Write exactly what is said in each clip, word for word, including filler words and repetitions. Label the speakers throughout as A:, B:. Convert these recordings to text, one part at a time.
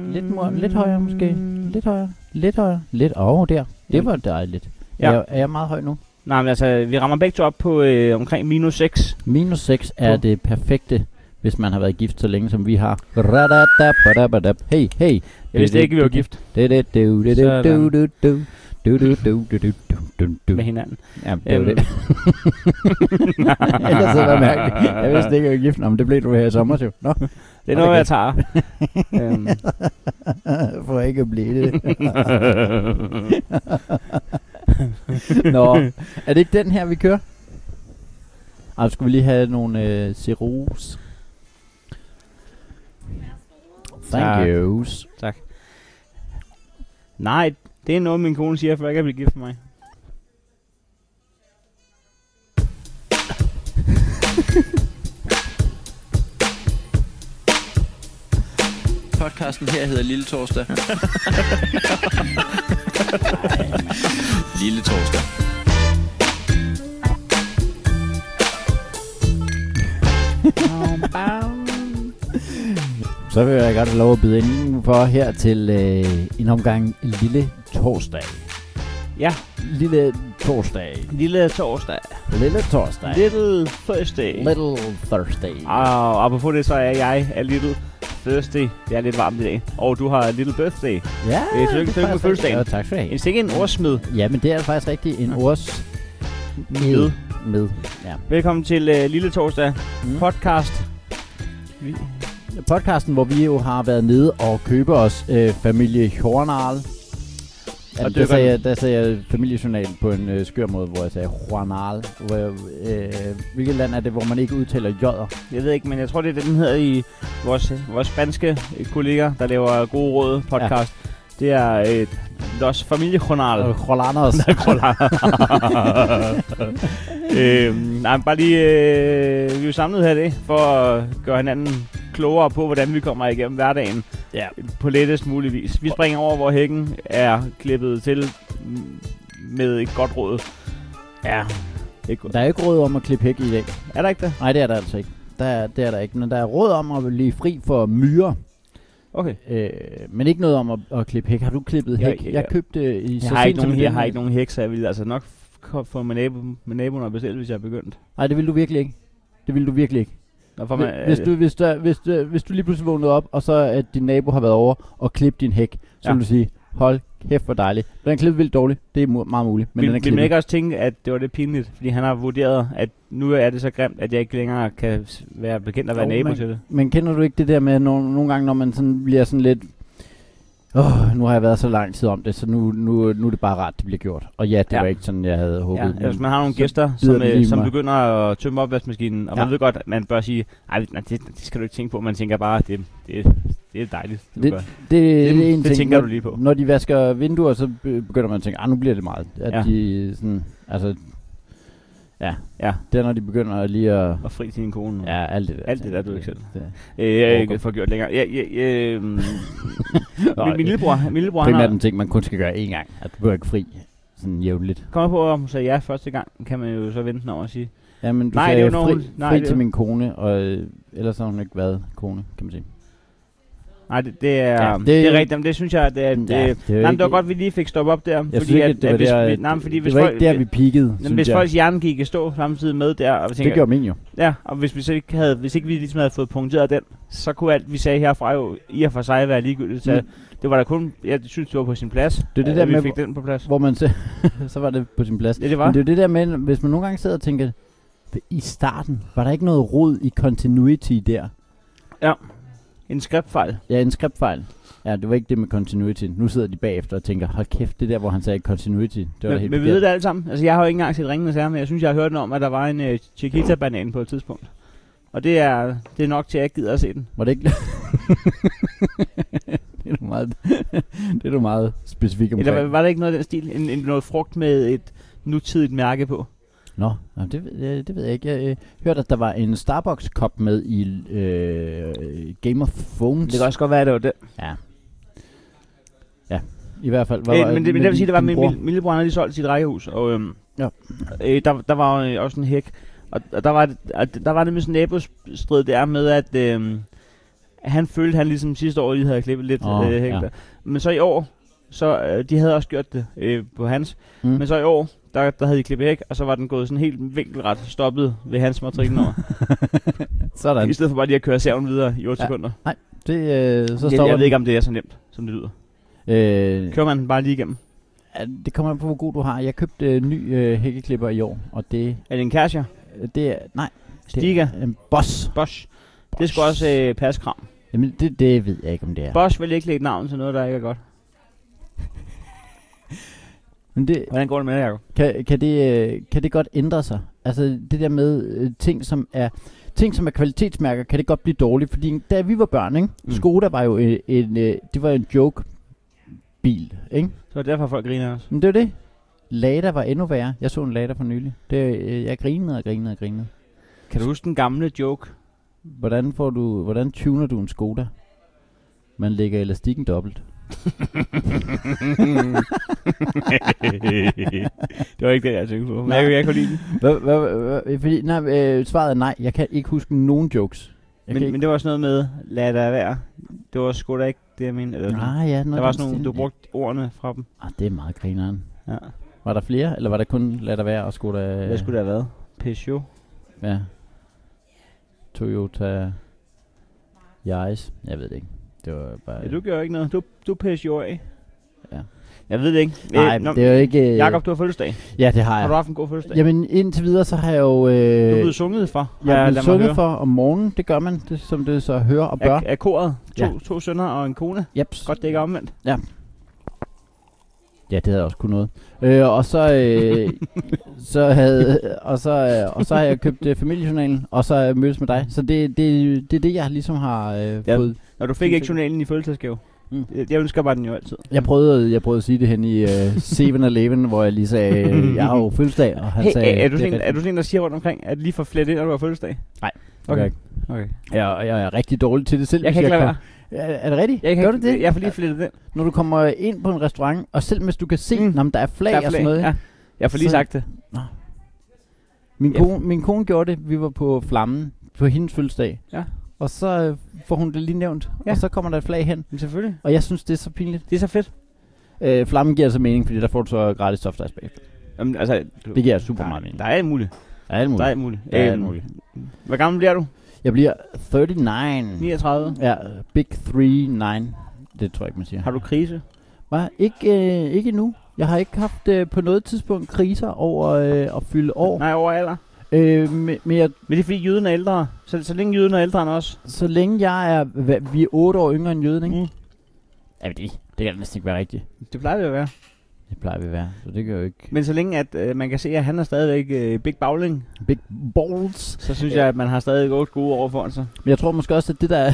A: Lidt, mor, lidt højere måske. Lidt højere. Lidt højere. Lidt over der. Det var dejligt. Ja. Er, jeg, er jeg meget høj nu?
B: Nej, men altså, vi rammer begge to op på øh, omkring minus seks.
A: Minus seks er det perfekte, hvis man har været gift så længe, som vi har. Hey, hey.
B: Jeg vidste ikke, vi var gift. Med hinanden.
A: Ja, det var det. Ellers så var det mærkeligt. Jeg vidste ikke, at jeg var gift. Nå, men det blev du her i sommer, jo. Nå.
B: Det er noget, jeg tager. um.
A: For ikke at blive det. Nå, er det ikke den her, vi kører? Ej, skulle vi lige have nogle øh, cirrus. Thank you.
B: Tak. Nej, det er noget, min kone siger, for ikke at blive gift med mig.
C: Podcasten her hedder Lille Torsdag. Lille Torsdag.
A: Så vil jeg godt have lov at byde indenfor her til øh, en omgang Lille Torsdag.
B: Ja.
A: Lille Torsdag.
B: Lille Torsdag.
A: Lille Torsdag.
B: Little Thursday.
A: Little Thursday.
B: Og apropos det, så er jeg er Little Thursday. Det er lidt varmt i dag. Og du har Little Birthday.
A: Ja,
B: øh, tillykke tillykke med fødselsdagen.
A: Ja, tak skal du have.
B: En sikke en ordsmed.
A: Ja, men det er faktisk rigtigt en ords
B: med.
A: med. Ja.
B: Velkommen til uh, Lille Torsdag mm. podcast. Vi.
A: Podcasten, hvor vi jo har været nede og købe os øh, familie Hornal. Altså, der, sagde jeg, der sagde jeg familiejournal på en øh, skør måde, hvor jeg sagde Hornal. Hvor jeg, øh, hvilket land er det, hvor man ikke udtaler jøder?
B: Jeg ved ikke, men jeg tror, det er det, den hedder i vores, vores spanske kolleger, der laver gode råd podcast. Ja. Det er øh, Los Familie Hornal.
A: Horlanos.
B: øh, nej, bare lige, øh, vi er jo samlet her i dag, for at gøre hinanden klogere på, hvordan vi kommer igennem hverdagen. Ja. På lettest mulig vis. Vi springer over, hvor hækken er klippet til med et godt råd.
A: Ja. Der er ikke råd om at klippe hæk i dag.
B: Er der ikke det?
A: Nej, det er der altså ikke. Der er, det er der ikke. Men der er råd om at blive fri for myrer.
B: Okay.
A: Øh, men ikke noget om at, at klippe hæk. Har du klippet hæk? Jeg, jeg, jeg købte i
B: jeg, har ikke nogen, jeg har ikke nogen hæk, så jeg vil altså nok f- få med, nabo, med naboen og bestille, hvis jeg er begyndt.
A: Nej, det vil du virkelig ikke. Det vil du virkelig ikke.
B: Nå, for man,
A: hvis, du, hvis, du, hvis, du, hvis du lige pludselig vågnede op, og så at din nabo har været over og klippet din hæk, så ja. vil du sige, hold kæft hvor dejligt. Den er klippet vildt dårligt. Det er meget muligt. Men
B: vil,
A: den er
B: vil man ikke også tænke, at det var det pinligt? Fordi han har vurderet, at nu er det så grimt, at jeg ikke længere kan være bekendt at være jo, nabo
A: men,
B: til det.
A: Men kender du ikke det der med, nogle, nogle gange, når man sådan bliver sådan lidt... Åh, oh, nu har jeg været så lang tid om det, så nu, nu, nu er det bare rart, det bliver gjort. Og ja, det ja. var ikke sådan, jeg havde håbet.
B: Ja, hvis man har nogle gæster, som, øh, som begynder at tømme opvaskemaskinen, og ja. man ved godt, at man bør sige, nej, det, det skal du ikke tænke på. Man tænker bare, det, det, det er dejligt. Det, det, det, det, det, en
A: det
B: ting, tænker
A: når,
B: du lige på.
A: Når de vasker vinduer, så begynder man at tænke, ah, nu bliver det meget. At ja. de sådan, altså... Ja, ja, det er når de begynder lige at...
B: Og fri til din kone.
A: Ja, alt det der.
B: Alt det der, du ikke selv. Øh, jeg er ikke for gjort længere. Jeg, jeg, jeg, min, min lillebror, min lillebror
A: han har... Primært en ting, man kun skal gøre én gang. At du bliver ikke fri sådan jævnligt.
B: Kommer på, om hun sagde ja første gang, kan man jo så vente over og sige.
A: Ja, men du
B: nej,
A: sagde
B: det
A: fri,
B: nogen, nej,
A: fri
B: det
A: til min kone, og øh, ellers har hun ikke været kone, kan man sige.
B: Nej, det, det er
A: ja, det,
B: det er rigtigt, men det synes jeg, det er... Det,
A: ja, det,
B: nej, det var godt, vi lige fik stoppet op der.
A: Jeg
B: fordi
A: synes ikke,
B: at,
A: det var
B: hvis,
A: der,
B: nej, fordi
A: det
B: hvis
A: var
B: folk,
A: ikke der, vi peakede,
B: jamen, hvis folks hjerne gik i stå samtidig med der... Og tænker,
A: det gjorde min jo.
B: Ja, og hvis vi så ikke havde, hvis ikke vi ligesom havde fået punkteret den, så kunne alt, vi sagde herfra jo i og for sig være ligegyldigt. Så mm. det var da kun... Jeg synes, det var på sin plads, det er det der
A: vi
B: med,
A: fik
B: den på plads.
A: Hvor man så, så var det på sin plads.
B: Ja, det var.
A: Men det er det der med, hvis man nogle gange sidder og tænker, i starten, var der ikke noget rod i continuity der?
B: Ja. En skriftfejl.
A: Ja, en skriftfejl. Ja, det var ikke det med continuity. Nu sidder de bagefter og tænker, hold kæft, det der, hvor han sagde continuity. Det var
B: men,
A: det helt
B: men vi ved det alle sammen. Altså, jeg har jo ikke engang set Ringenes Herre, men jeg synes, jeg har hørt om, at der var en uh, Chiquita-banan på et tidspunkt. Og det er, det er nok til, at jeg gider at se den.
A: Var det ikke? det er du meget, det er du meget specifik omkring.
B: Eller var det ikke noget af den stil? En, en, noget frugt med et nutidigt mærke på?
A: Nå, no, det, det, det ved jeg ikke. Jeg øh, hørte, at der var en Starbucks-kop med i øh, Game of Thrones.
B: Det kan også godt være, at det var det.
A: Ja. Ja, i hvert fald. Var,
B: Æ, men det, men det vil sige, at der var min, min lillebror, han havde lige solgt sit rækkehus, og øhm, ja. øh, der, der var øh, også en hæk. Og, og der var, der var det med sådan en nabostrid der med, at, øh, han følte, han ligesom sidste år lige havde klippet lidt
A: oh,
B: øh, hækler. Ja. Men så i år, så øh, de havde også gjort det øh, på hans, mm. men så i år, der, der havde de klippet hæk, og så var den gået sådan helt vinkelret stoppet ved hans matriklen over.
A: Sådan.
B: I stedet for bare lige at køre serven videre i otte ja. sekunder.
A: Nej, det øh, så stopper
B: jeg, jeg ved ikke, om det er så nemt, som det lyder. Øh, Kører man bare lige igennem?
A: Ja, det kommer an på, hvor god du har. Jeg købte øh, ny øh, hækkeklipper i år, og det...
B: Er det en Casio?
A: Det er... Nej.
B: Stiga?
A: En Bosch.
B: Bosch. Det skal også øh, passe kram.
A: Jamen, det, det ved jeg ikke, om det er.
B: Bosch vil ikke lægge navn til noget, der ikke er godt.
A: Men det,
B: hvordan går det med det, Jacob?
A: Kan, kan, det, kan det godt ændre sig? Altså, det der med øh, ting, som er... Ting, som er kvalitetsmærker, kan det godt blive dårligt. Fordi da vi var børn, ikke? Mm. Skoda var jo en, en, en, det var en joke-bil, ikke?
B: Så er det derfor, folk griner også.
A: Men det var det. Lada var endnu værre. Jeg så en Lada for nylig. Det, øh, jeg grinede og grinede og grinede.
B: Kan du huske den gamle joke?
A: Hvordan får du, hvordan tuner du en Skoda? Man lægger elastikken dobbelt.
B: Det var ikke det, jeg tænkte på. Men jeg, jeg kunne lide den.
A: Hva, hva, hva, fordi, nej, øh, svaret er nej. Jeg kan ikke huske nogen jokes.
B: Men, men det var sådan noget med, lad der være. Det var sgu da ikke det, jeg mente. Eller
A: ah, ja,
B: der var sådan nogle, du brugte ordene fra dem.
A: Ah, det er meget grineren.
B: Ja.
A: Var der flere, eller var der kun lad der være og skulle der...
B: Hvad skulle der have været? Peugeot?
A: Ja. Toyota Yaris. Jeg ved det ikke. Det var bare...
B: Ja, du gør ikke noget. Du, du er Peugeot af.
A: Ja.
B: Jeg ved det ikke.
A: Nej, Æ, det er jo ikke... Øh...
B: Jakob, du har fødselsdag.
A: Ja, det har jeg.
B: Har du haft en god fødselsdag?
A: Jamen, indtil videre, så har jeg jo... Øh...
B: Du er blevet sunget for.
A: Jeg er blevet sunget for om morgenen. Det gør man, det, som det så hører og bør.
B: Er, er koret? To,
A: ja.
B: to sønner og en kone?
A: Jeps.
B: Godt, det ikke er omvendt.
A: Ja. Ja, det havde også kun noget. Øh, og så øh, så havde og så øh, og så har jeg købt øh, familiejournalen, og så har jeg mødtes med dig. Så det det det er det jeg ligesom har øh, ja. fået.
B: Når du fik ikke journalen i fødselsdagsgave. Mm. Jeg, jeg ønsker bare den jo altid.
A: Jeg prøvede jeg prøvede at sige det hen i øh, syv eleven, hvor jeg lige sagde øh, jeg har jo fødselsdag, og han
B: hey,
A: sagde
B: er, er du sådan en, er du sådan en der siger rundt omkring at lige får flet ind når du har fødselsdag?
A: Nej.
B: Okay.
A: Okay.
B: Okay.
A: Jeg, jeg er rigtig dårlig til det selv.
B: Jeg kan ikke lade være.
A: Er, er det rigtigt?
B: Jeg
A: Gør du det?
B: Jeg får lige flettet den.
A: Når du kommer ind på en restaurant, og selv hvis du kan se,
B: mm.
A: om der er flag, der er flag og sådan noget.
B: Ja. Jeg får lige så sagt det. Nå.
A: Min, ja. kone, min kone gjorde det. Vi var på Flammen på hendes fødselsdag.
B: Ja.
A: Og så øh, får hun det lige nævnt. Ja. Og så kommer der et flag hen.
B: Men selvfølgelig.
A: Og jeg synes, det er så pinligt.
B: Det er så fedt.
A: Øh, Flammen giver så mening, fordi der får du så gratis soft ice bagefter.
B: Jamen, altså,
A: det giver super meget mening.
B: Der er alt muligt.
A: Der er alt muligt.
B: Der er alt muligt.
A: Der er alt muligt.
B: Hvor gammel bliver du?
A: Jeg bliver treogtredive.
B: niogtredive?
A: Ja, Big Three Nine. Det tror jeg ikke, man siger.
B: Har du krise?
A: Hva? Ikke, øh, ikke nu. Jeg har ikke haft øh, på noget tidspunkt kriser over øh, at fylde år.
B: Nej, over alder.
A: Øh, men, men, jeg,
B: men det er fordi jøden er ældre. Så, så længe jøden er ældre end os.
A: Så længe jeg er... Hva, vi er otte år yngre end jøden, ikke? Mm. Ja, det, det kan næsten ikke være rigtigt.
B: Det plejer vi at være.
A: Det plejer vi at være, så det gør jo ikke.
B: Men så længe at øh, man kan se, at han er stadigvæk øh, big bowling.
A: Big balls.
B: Så synes ja. jeg, at man har stadig otte gode år foran sig.
A: Men jeg tror måske også, at det der...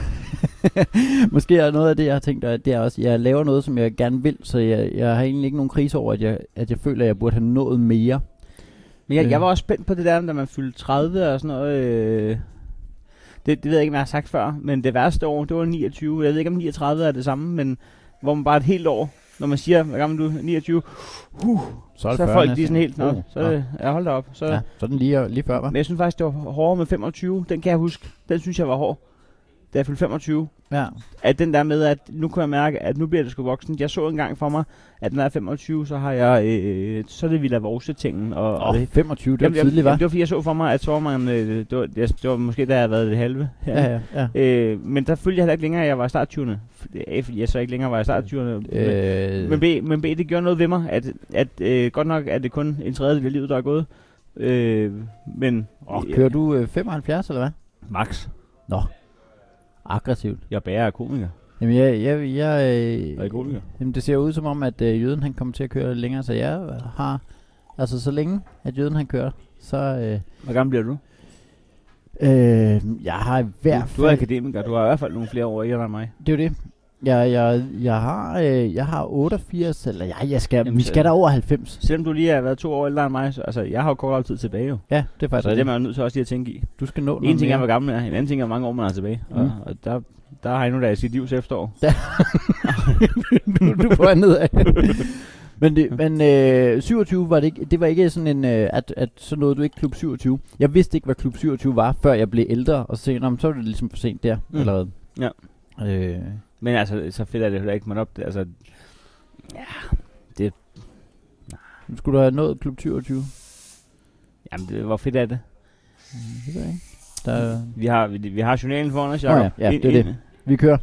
A: måske er noget af det, jeg har tænkt, at det er også, jeg laver noget, som jeg gerne vil, så jeg, jeg har egentlig ikke nogen krise over, at jeg, at jeg føler, at jeg burde have nået mere.
B: Men jeg, øh. jeg var også spændt på det der, da man fyldte tredive og sådan noget. Øh, det, det ved jeg ikke, hvad jeg har sagt før, men det værste år, det var niogtyve. Jeg ved ikke, om niogtredive er det samme, men hvor man bare et helt år, når man siger, hvor gammel du er, niogtyve, uh, så er, så er folk næsten. De sådan helt, nå, oh, så er det, jeg holdt op. Så,
A: ja, så er den lige, lige før, hva'?
B: Men jeg synes faktisk, det var hårdere med femogtyve. Den kan jeg huske. Den synes jeg var hård. Da jeg fyldte femogtyve.
A: Ja.
B: At den der med, at nu kan jeg mærke, at nu bliver det sgu voksen. Jeg så engang for mig, at når jeg er femogtyve, så har jeg, øh, så er det Villa Vorse-tingen. Og,
A: oh, og det, femogtyve, det var tidligt, hva'?
B: Det var fordi, jeg så for mig, at så var man, øh, det, var, det, det var måske, da jeg havde været det halve.
A: Ja, ja, ja.
B: Øh, men der følte jeg heller ikke længere, at jeg var i starttyverne. Fordi jeg så ikke længere var i starttyverne. Øh. Men, men, B, men B, det gjorde noget ved mig, at, at øh, godt nok er det kun en tredjedel af livet, der er gået. Øh, men...
A: Oh, kører du øh, femoghalvfjerds, eller hvad?
B: Max.
A: Nå. Aggressivt.
B: Jeg bærer af komiker.
A: Jamen, jeg... jeg, jeg øh,
B: er komiker?
A: Jamen, det ser ud som om, at øh, jøden han kommer til at køre længere, så jeg har... Altså, så længe, at jøden han kører, så... Øh,
B: Hvor gammel bliver du?
A: Øh, jeg har i hvert fald...
B: Du er akademiker, du har i hvert fald nogle flere år ældre end mig.
A: Det er jo det. Jeg, jeg, jeg, har, øh, jeg har otteogfirs, eller jeg, jeg skal, Jamen, vi skal der over halvfems.
B: Selvom du lige har været to år ældre end mig, så altså, jeg har jo kort tid tilbage jo.
A: Ja, det er faktisk
B: så det er man nødt til også lige at tænke i.
A: Du skal nå
B: en ting er, hvor gammel er, en anden ting er, hvor mange år man har tilbage. Mm. Og, og der, der har jeg nu da i sit livs efterår.
A: du, du får nedad. Men, det, men øh, syvogtyve var det ikke, det var ikke sådan en, øh, at, at så nåede du ikke klub syvogtyve. Jeg vidste ikke, hvad klub syvogtyve var, før jeg blev ældre, og så, nå, så var det ligesom for sent der, mm. eller hvad.
B: Ja.
A: Øh.
B: Men altså, så fedt er det heller ikke, man op det. Altså, ja, det...
A: Nej. Skulle du have nået klub tyve?
B: Jamen, det, hvor fedt er det?
A: Mm, det ved jeg ikke. Der...
B: Vi, har, vi, vi har journalen foran os, Jacob.
A: Oh, ja, ja, det er det. Vi kører.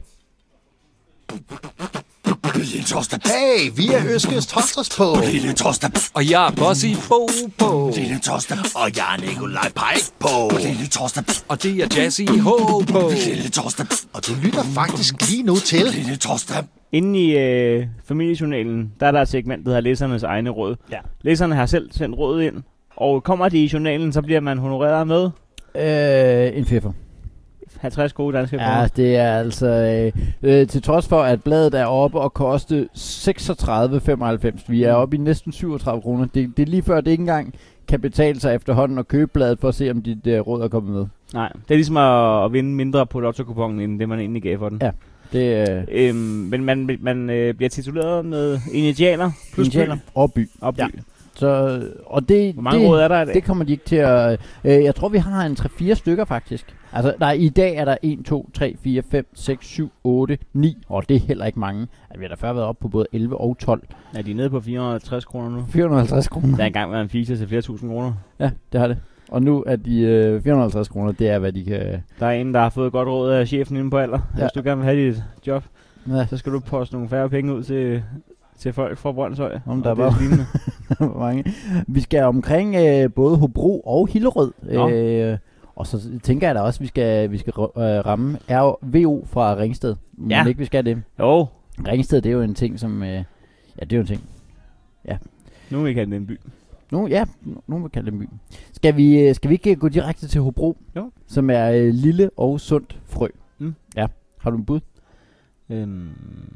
C: Lille torsdag. Hey, vi er Øskes Tosters på. Lille torsdag.
D: Og jeg er Bossy Bo på.
C: Lille torsdag. Og jeg er Nikolaj Pike på. Lille torsdag.
D: Og det er Jazzy H på.
C: Lille torsdag. Og du lytter faktisk lige nu til Lille torsdag.
B: Inde i øh, familiejournalen, der er der et segment, der hedder Læsernes egne råd.
A: Ja.
B: Læserne har selv sendt råd ind, og kommer de i journalen, så bliver man honoreret med...
A: Øh, en fiffer.
B: halvtreds gode danske
A: ja,
B: kroner.
A: det er altså... Øh, øh, til trods for, at bladet er oppe og koste seksogtredive femoghalvfems. Vi er oppe i næsten syvogtredive kroner. Det, det er lige før, det ikke engang kan betale sig efterhånden at købe bladet, for at se, om dit øh, råd er kommet med.
B: Nej, det er ligesom at, at vinde mindre på lotto-kupongen, end det, man egentlig gav for den.
A: Ja. Det, øh...
B: øhm, men man, man øh, bliver tituleret med initialer plus
A: initialer
B: by.
A: og by.
B: Og by.
A: Ja. Så, og det,
B: Hvor mange
A: det,
B: råd er der i dag?
A: Det kommer de ikke til at... Øh, jeg tror, vi har en tre fire stykker, faktisk. Altså, nej, i dag er der en, to, tre, fire, fem, seks, syv, otte, ni. Og det er heller ikke mange. Altså, vi har da før været oppe på både elleve og tolv.
B: Er de nede på fire hundrede og halvtreds kroner nu?
A: fire hundrede og halvtreds kroner.
B: Der er engang været en feature til flere tusind kroner.
A: Ja, det har det. Og nu er de øh, fire hundrede og halvtreds kroner, det er, hvad de kan...
B: Der er en, der har fået godt råd af chefen inde på Alder. Ja. Hvis du gerne vil have dit job,
A: ja.
B: Så skal du poste nogle færre penge ud til... til folk fra Brøndshøj.
A: Om der var mange. Vi skal omkring øh, både Hobro og Hillerød. Øh, og så tænker jeg da også, at vi skal, vi skal øh, ramme R V O fra Ringsted. Må
B: ja.
A: ikke vi skal det?
B: Jo.
A: Ringsted, det er jo en ting, som... Øh, ja, det er jo en ting. Ja.
B: Nu vil vi kalde det en by.
A: Nu, ja, nu vil vi kalde det en by. Skal vi, skal vi ikke gå direkte til Hobro?
B: Jo.
A: Som er øh, lille og sundt frø.
B: Mm.
A: Ja. Har du en bud?
B: Øhm,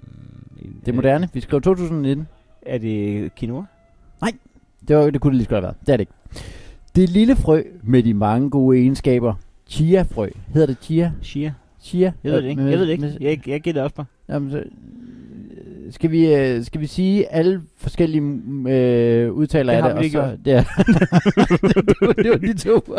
A: det er moderne. Vi skriver to tusind nitten.
B: Er det quinoa?
A: Nej, det, var, det kunne det lige så godt have været. Det er det ikke. Det lille frø med de mange gode egenskaber. Chia-frø. Hedder det chia?
B: Chia?
A: Chia?
B: Jeg ved det ikke.
A: Med,
B: jeg ved det ikke.
A: Med,
B: jeg, jeg giver det også bare.
A: Jamen, så, skal, vi, skal vi sige alle forskellige øh, udtaler
B: det
A: af det? Og så, det, er, det, var, det var de to.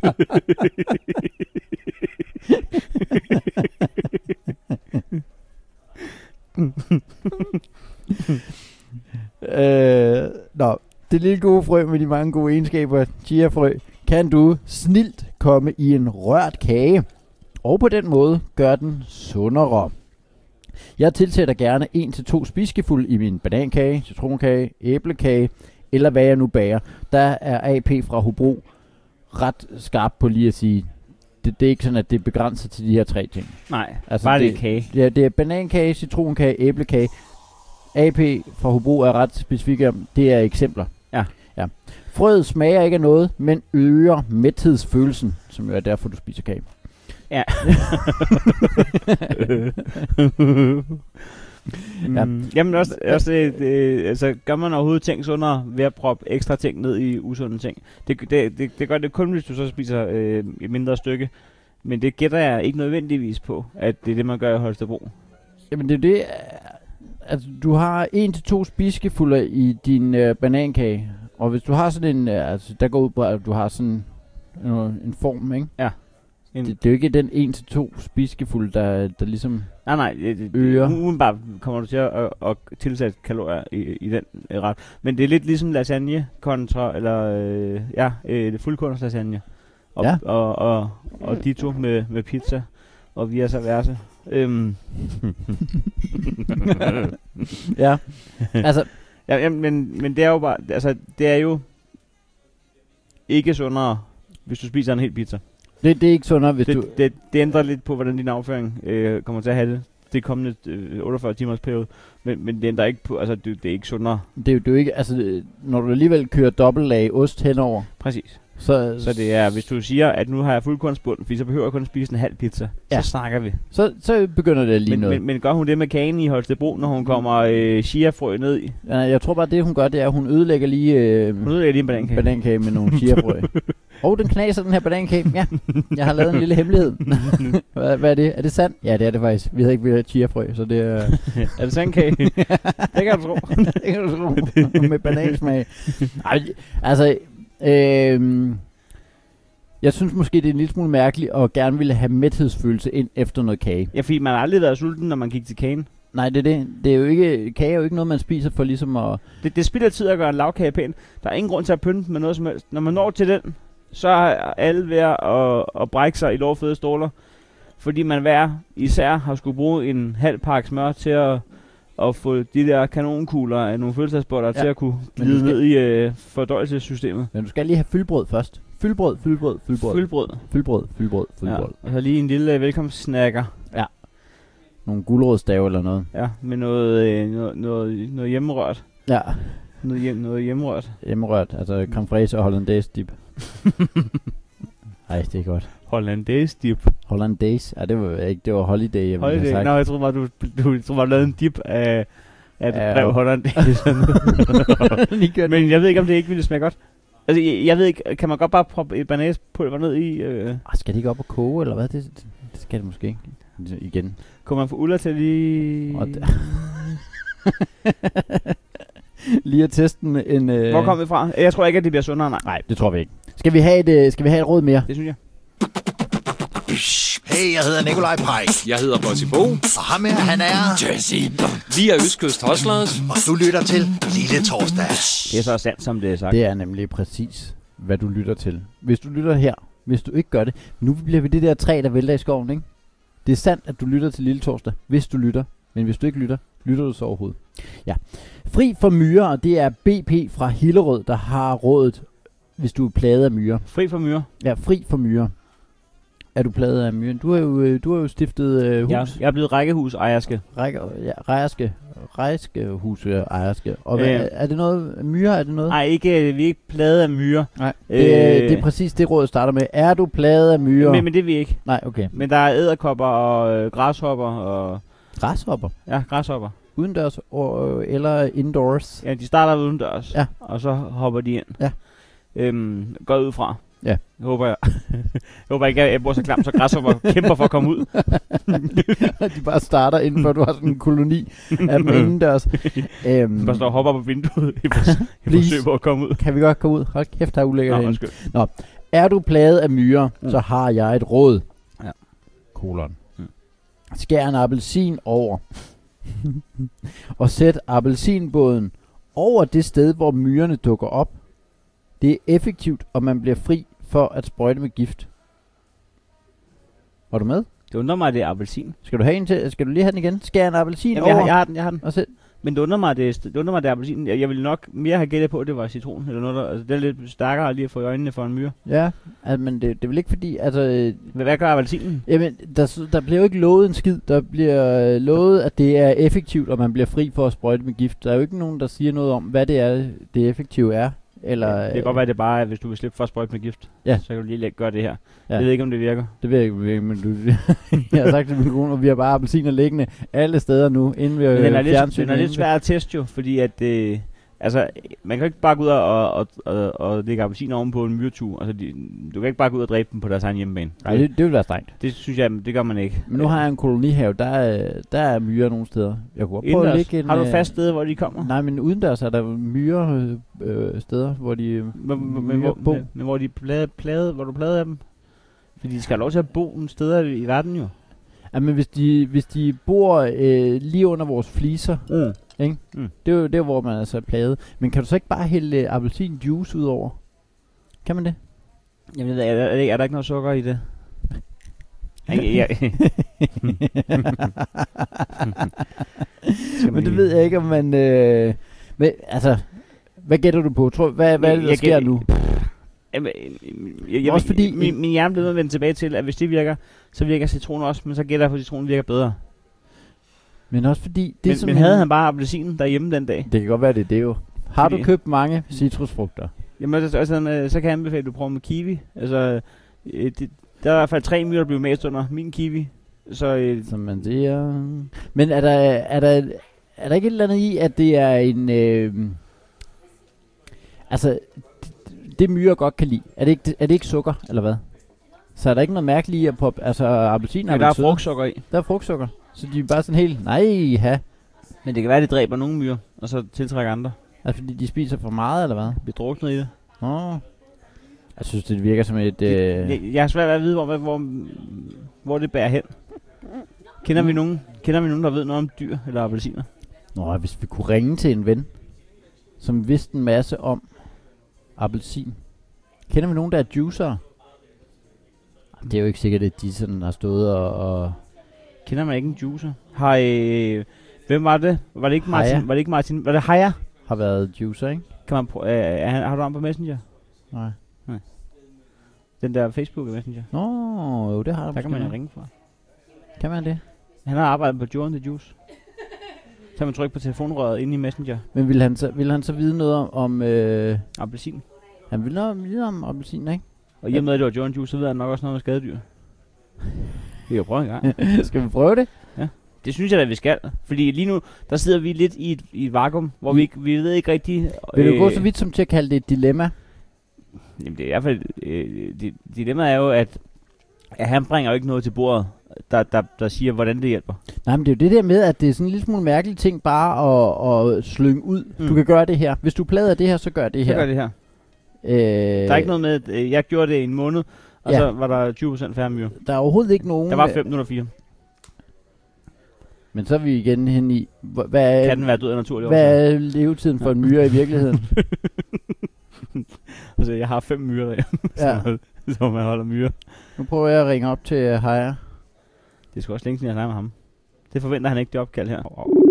A: øh, nå, det lille gode frø med de mange gode egenskaber, chia-frø, kan du snilt komme i en rørt kage, og på den måde gør den sundere. Jeg tilsætter gerne en til to spiseskefulde i min banankage, citronkage, æblekage, eller hvad jeg nu bager. Der er A P fra Hobro ret skarp på lige at sige, det, det er ikke sådan, at det er begrænset til de her tre ting.
B: Nej, altså bare det er kage.
A: Ja, det er banankage, citronkage, æblekage. A P fra Hobro er ret specifikke om, det er eksempler.
B: Ja.
A: ja. Frøet smager ikke af noget, men øger mæthedsfølelsen, som jo er derfor, du spiser kage.
B: Ja.
A: ja.
B: Mm, jamen også, også det, det, altså, gør man overhovedet ting sundere ved at proppe ekstra ting ned i usunde ting. Det, det, det, det gør det kun, hvis du så spiser øh, et mindre stykke. Men det gætter jeg ikke nødvendigvis på, at det er det, man gør i Holstebro.
A: Jamen det er det, altså du har en til to spiseskefulde i din øh, banankage. Og hvis du har sådan en, øh, altså der går ud på, at du har sådan øh, en form, ikke?
B: Ja.
A: Det, det er jo ikke den en til to spiseskefulde, der, der ligesom
B: nej, nej, det, det,
A: øger.
B: Udenbart kommer du til at, at, at tilsætte kalorier i, i den øh, ret. Men det er lidt ligesom lasagne kontra, eller øh, ja, øh, fuldkorns lasagne. Og,
A: ja.
B: og, og, og de to med, med pizza og vice versa. Øhm.
A: ja, altså,
B: ja, ja, men, men det er jo bare, altså, det er jo ikke sundere, hvis du spiser en hel pizza.
A: Det, det er ikke sundere, hvis
B: det,
A: du...
B: Det, det ændrer lidt på, hvordan din afføring øh, kommer til at have det. Det kommende øh, otteogfyrre timers periode. Men, men det ændrer ikke på, altså det, det er ikke sundere.
A: Det er jo ikke, altså når du alligevel kører dobbeltlag ost henover.
B: Præcis.
A: Så,
B: så det er, hvis du siger, at nu har jeg fuldkornsbund, fordi så behøver jeg kun spise en halv pizza, ja. Så snakker vi.
A: Så, så begynder det lige
B: men,
A: noget.
B: Men, men gør hun det med kagen i Holstebro, når hun kommer øh, chia-frø ned i?
A: Ja, jeg tror bare, det hun gør, det er, at hun ødelægger lige, øh,
B: hun ødelægger lige en banankage.
A: banankage med nogle chia-frø. Og den knaser, den her banankage. Ja, jeg har lavet en lille hemmelighed. hvad, hvad er det? Er det sandt? Ja, det er det faktisk. Vi havde ikke vildt chia-frø, så det er...
B: er det sandkage? Det kan du tro.
A: Det kan du tro. Med banansmag. Ej, altså... Øh, Jeg synes måske, det er en lille smule mærkeligt, og gerne ville have mæthedsfølelse ind efter noget kage.
B: Ja, fordi man har aldrig været sulten, når man gik til kagen.
A: Nej, det er det. Det er jo ikke, kage er jo ikke noget, man spiser for ligesom at...
B: Det, det spilder tid at gøre en lavkage pæn. Der er ingen grund til at pynte med noget som helst. Når man når til den, så er alle ved at, at brække sig i lovfede ståler. Fordi man hver især har skulle bruge en halv pakke smør til at, at få de der kanonkugler af nogle fødselsdagsboller ja. til at kunne glide skal... ned i øh, fordøjelsessystemet.
A: Men du skal lige have fyldbrød først. Fyldbrød, fyldbrød, fyldbrød.
B: Fyldbrød.
A: Fyldbrød, fyldbrød, fyldbrød.
B: Ja. Og så lige en lille øh, velkomstsnacker.
A: Ja. Nogle gulerodsstave eller noget.
B: Ja, med noget, øh, noget, noget, noget hjemmerørt.
A: Ja.
B: Noget, hjem, noget hjemmerørt.
A: Hjemmerørt, altså creme fraiche og hollandaise dip. Ej, det er godt.
B: Hollandaise dip.
A: Hollandaise? Ja, det var ikke, det var holiday, jeg
B: holiday.
A: ville have sagt.
B: Nå, jeg troede bare, du, du, du, du lavede en dip af, af et
A: ja,
B: brev hollandaise. Men jeg ved ikke, om det ikke ville smage godt. Altså, jeg, jeg ved ikke, kan man godt bare proppe et bananespulver ned i... Øh...
A: Skal det ikke op og koge, eller hvad? Det, det, det skal det måske ikke. Igen.
B: Kunne man få Ulla til lige...
A: lige at teste en... en øh...
B: Hvor kom vi fra? Jeg tror ikke, at det bliver sundere, nej.
A: Nej, det tror vi ikke. Skal vi have et, øh, skal vi have et råd mere?
B: Det synes jeg.
C: Hey, jeg hedder Nikolaj Pike.
D: Jeg hedder Bossy Bo.
C: Og ham her, han er...
D: Jesse. Vi er Østkyst Hustlers.
C: Og du lytter til Lille Torsdag.
B: Det er så sandt, som det er sagt.
A: Det er nemlig præcis, hvad du lytter til. Hvis du lytter her, hvis du ikke gør det... Nu bliver vi det der træ, der vælter i skoven, ikke? Det er sandt, at du lytter til Lille Torsdag, hvis du lytter. Men hvis du ikke lytter, lytter du så overhovedet. Ja. Fri for myrer, og det er B P fra Hillerød, der har rådet, hvis du er plaget af myrer.
B: Fri for myrer?
A: Ja, fri for myrer. Er du plaget af myrer? Du har jo, du har jo stiftet øh, hus.
B: Ja, jeg er blevet rækkehusejerske.
A: Række, ja, rejerske. Rejskehus-ejerske. Og øh. hvad, er det noget myrer? Er det noget?
B: Nej, ikke, vi er ikke plaget af myrer.
A: Nej. Øh. Det, det er præcis det råd starter med. Er du plaget af myrer?
B: Men, men det er vi ikke.
A: Nej, okay.
B: Men der er edderkopper og øh, græshopper og...
A: Græshopper?
B: Ja, græshopper.
A: Udendørs og, eller indoors?
B: Ja, de starter udendørs.
A: Ja.
B: Og så hopper de ind.
A: Ja.
B: Øhm, går ud fra.
A: Ja.
B: Jeg håber, jeg, jeg håber ikke, at jeg bor så klam, så græshopper kæmper for at komme ud.
A: De bare starter inden for, du har sådan en koloni af dem indendørs.
B: øhm, bare står og hopper på vinduet i forsøg på at komme ud.
A: Kan vi godt komme ud? Hold kæft, der er ulækkert
B: Nå,
A: herinde. Nå, er du plaget af myrer, mm. så har jeg et råd.
B: Ja.
A: Kolon. Mm. Skær en appelsin over. Og sæt appelsinbåden over det sted, hvor myrerne dukker op. Det er effektivt, og man bliver fri for at sprøjte med gift. Var du med?
B: Det undrer mig, at det er appelsin.
A: Skal du have en til? Skal du lige have den igen? Skær en appelsin
B: Jamen,
A: over.
B: Jeg har, jeg har den, jeg har den.
A: Og sæt.
B: Men det undrer mig, det, det undrer mig, det er appelsin. Jeg, jeg ville nok mere have gættet på, at det var citron eller noget der. Altså, det er lidt stærkere lige at få i øjnene for en myre.
A: Ja, altså, men det, det er vel ikke fordi, altså...
B: Hvad, hvad gør appelsinen?
A: Jamen, der, der bliver jo ikke lovet en skid. Der bliver lovet, at det er effektivt, og man bliver fri for at sprøjte med gift. Der er jo ikke nogen, der siger noget om, hvad det er, det effektive er. Eller,
B: ja, det kan godt være, at det bare er, hvis du vil slippe for at sprøjte med gift.
A: Ja.
B: Så kan du lige gøre det her.
A: Ja.
B: Jeg ved ikke, om det virker.
A: Det ved jeg ikke, men du... jeg har sagt til min kone, at vi har bare appelsiner liggende alle steder nu, inden vi
B: den er
A: fjernsyn.
B: Lidt, den er lidt svær at teste jo, fordi at... Øh, altså, man kan ikke bare gå ud og, og, og, og lægge appelsiner oven på en myretur. Altså, de, du kan ikke bare gå ud og dræbe dem på deres egen hjemmebane.
A: Nej, det, det vil være strengt.
B: Det synes jeg, det gør man ikke.
A: Men nu har jeg en kolonihave, der er, der er myrer nogle steder. Jeg kunne prøve at lægge en,
B: har du et fast sted, hvor de kommer?
A: Nej, men udendørs er der myrer øh, steder, hvor de
B: men, men, hvor, men, men hvor de plade, plade, hvor du plade af dem? Fordi de skal have lov til at bo nogle steder i verden jo.
A: Ja, men hvis de, hvis de bor øh, lige under vores fliser, mm. ikke? Mm. Det er jo der, hvor man altså er plaget. Men kan du så ikke bare hælde øh, appelsinjuice ud over? Kan man det?
B: Jamen, er, er, er der ikke noget sukker i det? ja, ja.
A: Men det ved jeg ikke, om man... Øh, men, altså, hvad gætter du på? Tror, hvad, hvad er det, der jeg sker gæt, nu?
B: Jeg, jeg, jeg,
A: også fordi
B: min, min hjerne bliver vendt tilbage til, at hvis det virker, så virker citron også, men så gætter jeg på, at citronen virker bedre.
A: Men også fordi... Det
B: men
A: som
B: men havde han bare appelsinen derhjemme den dag?
A: Det kan godt være, det er det jo. Har fordi, du købt mange citrusfrugter?
B: Jamen, altså, altså, så kan jeg anbefale, at du prøver med kiwi. Altså, det, der er i hvert fald tre myrer, der bliver mest under min kiwi. Så, øh,
A: som man siger... Men er der, er der, er der ikke et eller andet i, at det er en... Øh, altså... Det myrer godt kan lide. Er det, ikke, er det ikke sukker, eller hvad? Så er der ikke noget mærkeligt i at poppe... Altså, appelsiner...
B: Ja, der er frugtsukker i.
A: Der er frugtsukker. Så de er bare sådan helt... Nej, ha.
B: Men det kan være, at det dræber nogle myrer, og så tiltrækker andre.
A: Altså, fordi de spiser for meget, eller hvad?
B: Bliver druknet i det.
A: Åh. Jeg synes, det virker som et... Øh...
B: Jeg, jeg har svært ved at vide, hvor, hvor, hvor det bærer hen. Kender, mm. vi nogen, kender vi nogen, der ved noget om dyr eller appelsiner?
A: Nå, hvis vi kunne ringe til en ven, som vidste en masse om appelsin. Kender vi nogen, der er juicere? Det er jo ikke sikkert, at de sådan har stået og... og
B: kender man ikke en juicer? Har øh, hvem var det? Var det ikke Martin?
A: Haya.
B: Var det ikke Martin? Var det Haya?
A: Har været juicer, ikke?
B: Kan man prø- øh, har, har du ham på Messenger?
A: Nej.
B: Nej. Den der Facebook Messenger.
A: Nå, jo, det har der.
B: Der kan man jo ringe fra.
A: Kan man det?
B: Han har arbejdet på Joe and the Juice. Så kan man trykke på telefonrøret inde i Messenger.
A: Men vil han så, vil han så vide noget om... om øh,
B: appelsin?
A: Han vil noget vide om appelsin, ikke?
B: Og i og med, at det var Joe and Juice, så ved han nok også noget om skadedyr. Vi kan prøve en gang.
A: Skal vi prøve det?
B: Ja. Det synes jeg da, vi skal. Fordi lige nu, der sidder vi lidt i et, i et vakuum, hvor vi, ikke, vi ved ikke rigtig...
A: Vil du
B: øh,
A: gå så vidt som til at kalde det et dilemma?
B: Jamen det er i hvert fald... Øh, det, dilemmaet er jo, at, at han bringer jo ikke noget til bordet, der, der, der siger, hvordan det hjælper. Nej,
A: men det er jo det der med, at det er sådan en lille smule mærkelig ting bare at, at slynge ud. Mm. Du kan gøre det her. Hvis du plader det her, så gør det her.
B: Så gør det her.
A: Øh,
B: der er ikke noget med, at øh, jeg gjorde det i en måned, og ja. så var der tyve procent færre myrer.
A: Der er overhovedet ikke nogen...
B: Der var fem nul fire.
A: Men så er vi igen hen i... Hvad
B: kan den være død af naturlig
A: Hvad er levetiden for en myre i virkeligheden?
B: Altså, jeg har fem myrer der, ja. så man holder myrer.
A: Nu prøver jeg at ringe op til uh, Haya.
B: Det skal også længe siden, jeg snakker med ham. Det forventer han ikke, det opkald her.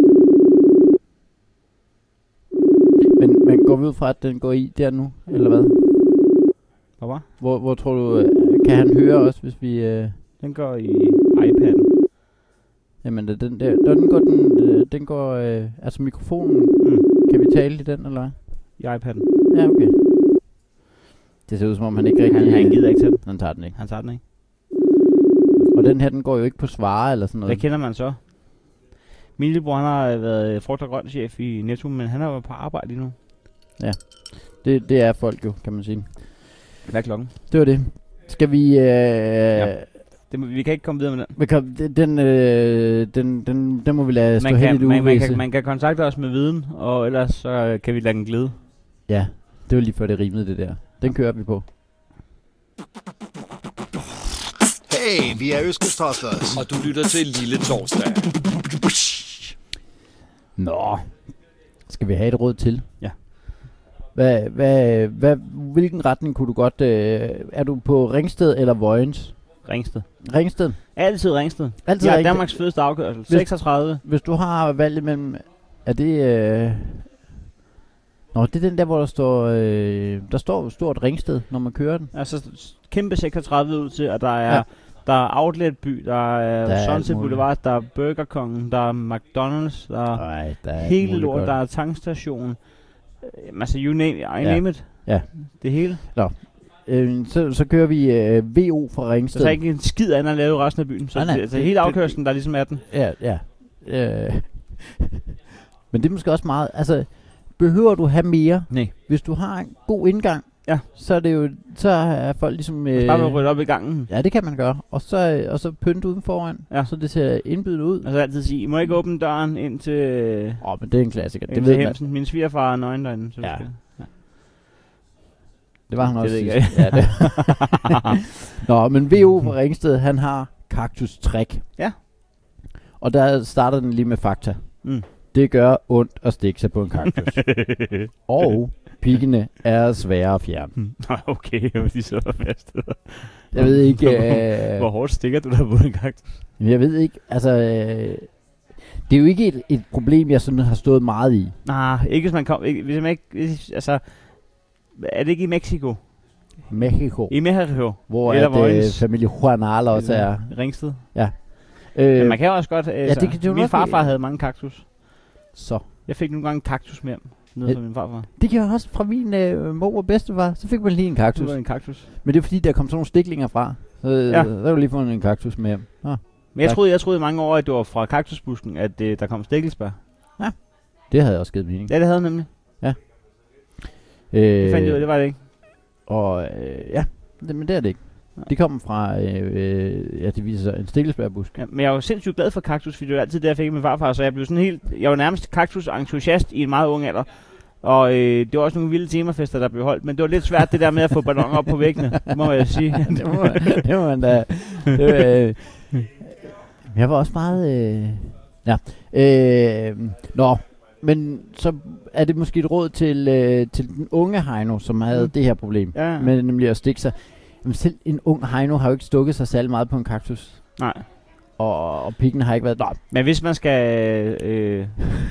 A: Men, men går vi ud fra, at den går i der nu, eller hvad?
B: Hvad var?
A: Hvor, hvor tror du, kan han høre os, hvis vi... Uh...
B: Den går i iPad'en.
A: Jamen, den der, den går, den, den går, øh, altså mikrofonen, mm. kan vi tale i den, eller
B: i iPad'en.
A: Ja, okay. Det ser ud som om, han ikke rigtig...
B: Han, han gider ikke til den.
A: Han tager den ikke.
B: Han tager den ikke.
A: Og den her, den går jo ikke på svare, eller sådan noget.
B: Hvad kender man så? Min lillebror, han har været frugt- og grønt chef i Netto, men han er jo på arbejde lige nu.
A: Ja, det, det er folk jo, kan man sige.
B: Hvad er klokken?
A: Det var det. Skal vi... Øh, ja.
B: Det må, vi kan ikke komme videre med den.
A: Men kom, den, øh, den, den, den må vi lade stå hen i det
B: man, man, kan, man kan kontakte os med viden, og ellers så kan vi lade den glide.
A: Ja, det var lige før det rimede det der. Den kører vi på.
C: Hey, vi er Østkyst Hustlers.
D: Og du lytter til Lille Torsdag.
A: Nå, skal vi have et råd til?
B: Ja.
A: Hvad, hvad, hvad, hvilken retning kunne du godt... Øh, er du på Ringsted eller Vojens?
B: Ringsted.
A: Ringsted?
B: Altid Ringsted.
A: Altid
B: ja,
A: Ringsted.
B: Danmarks fedeste afkørsel. seksogtredive.
A: Hvis du har valget mellem... Er det... Øh, Nå, det er den der, hvor der står... Øh, der står stort Ringsted, når man kører den.
B: Altså kæmpe seksogtredive ud til, at der er... Ja. Der er Outletby, der er, er Sunset Boulevard, der er Burger Kong, der er McDonald's, der er,
A: Ej, der er
B: hele lort, der er tankstation. Uh, altså, you name, I ja. name it.
A: Ja.
B: Det hele.
A: Nå. Øh, så, så kører vi øh, V O fra Ringsted.
B: Så er ikke en skid andet at lave resten af byen. Så, nej, nej, det, altså, det, hele afkørslen, der er ligesom er den.
A: Ja, ja. Øh. Men det er måske også meget... Altså, behøver du have mere?
B: Nej.
A: Hvis du har en god indgang,
B: ja.
A: så er det jo... Så er folk ligesom... Øh,
B: bare med rydde op i gangen.
A: Ja, det kan man gøre. Og så, og så pynte uden foran, ja. Så det ser indbydende ud.
B: Altså altid sige, I må ikke åbne døren ind til...
A: Åh, oh, men det er en klassiker.
B: Det ved Hemsen. Min svigerfar er nøgen derinde. Så
A: ja.
B: Skal, ja.
A: Det var han
B: det
A: også
B: sidst.
A: Ja, det. Nå, men V O fra Ringsted, han har Cactus Trek.
B: Ja.
A: Og der starter den lige med fakta.
B: Mm.
A: Det gør ondt at stikke sig på en kaktus. Og piggene er svære at fjerne.
B: Okay, jeg vil lige så fast.
A: Jeg ved ikke... Øh,
B: Hvor hårdt stikker du der på en kaktus?
A: Jeg ved ikke, altså... Øh, det er jo ikke et, et problem, jeg sådan har stået meget i.
B: Nej, ikke hvis man kom... Ikke, hvis man ikke... Hvis, altså... Er det ikke i Mexico?
A: Mexico.
B: I Mexico.
A: Hvor er det familie Juanal også er.
B: Ringsted.
A: Ja.
B: Øh, Men man kan jo også godt... Øh,
A: ja, det, det
B: min farfar havde mange kaktus.
A: Så.
B: Jeg fik nogle gange kaktus med nede fra min farfar.
A: Det gjorde jeg også fra min øh, mor og bedstefar. Så fik man lige en kaktus.
B: Det var en kaktus.
A: Men det er fordi, der kom sådan nogle stiklinger fra. Så ja. Der var lige fundet en kaktus med hjem. Ah,
B: Men jeg troede, jeg troede i mange år, at det var fra kaktusbusken, at øh, der kom stikkelsbær.
A: Ja. Det havde også givet mening.
B: Ja, det havde nemlig.
A: Ja.
B: Øh, det fandt jeg ud af, det var det ikke.
A: Og øh, ja, det, men det er det ikke. De kommer fra, øh, ja, det viser sig, en stikkelsbærbusk.
B: Ja, men jeg var sindssygt glad for kaktus, fordi det var altid det, jeg fik med farfar, så jeg blev sådan helt, jeg var nærmest kaktus-entusiast i en meget ung alder. Og øh, det var også nogle vilde temafester, der blev holdt, men det var lidt svært det der med at få balloner op på væggene, må jeg sige.
A: det, må, det må man da. Det var, øh, jeg var også meget... Øh, ja. Øh, nå, men så er det måske et råd til, øh, til den unge Heino, som havde mm. det her problem,
B: ja.
A: med nemlig at stikke sig. Men selv en ung Heino har jo ikke stukket sig særlig meget på en kaktus.
B: Nej.
A: Og, og pikken har ikke været... Nå.
B: Men hvis man skal... Øh,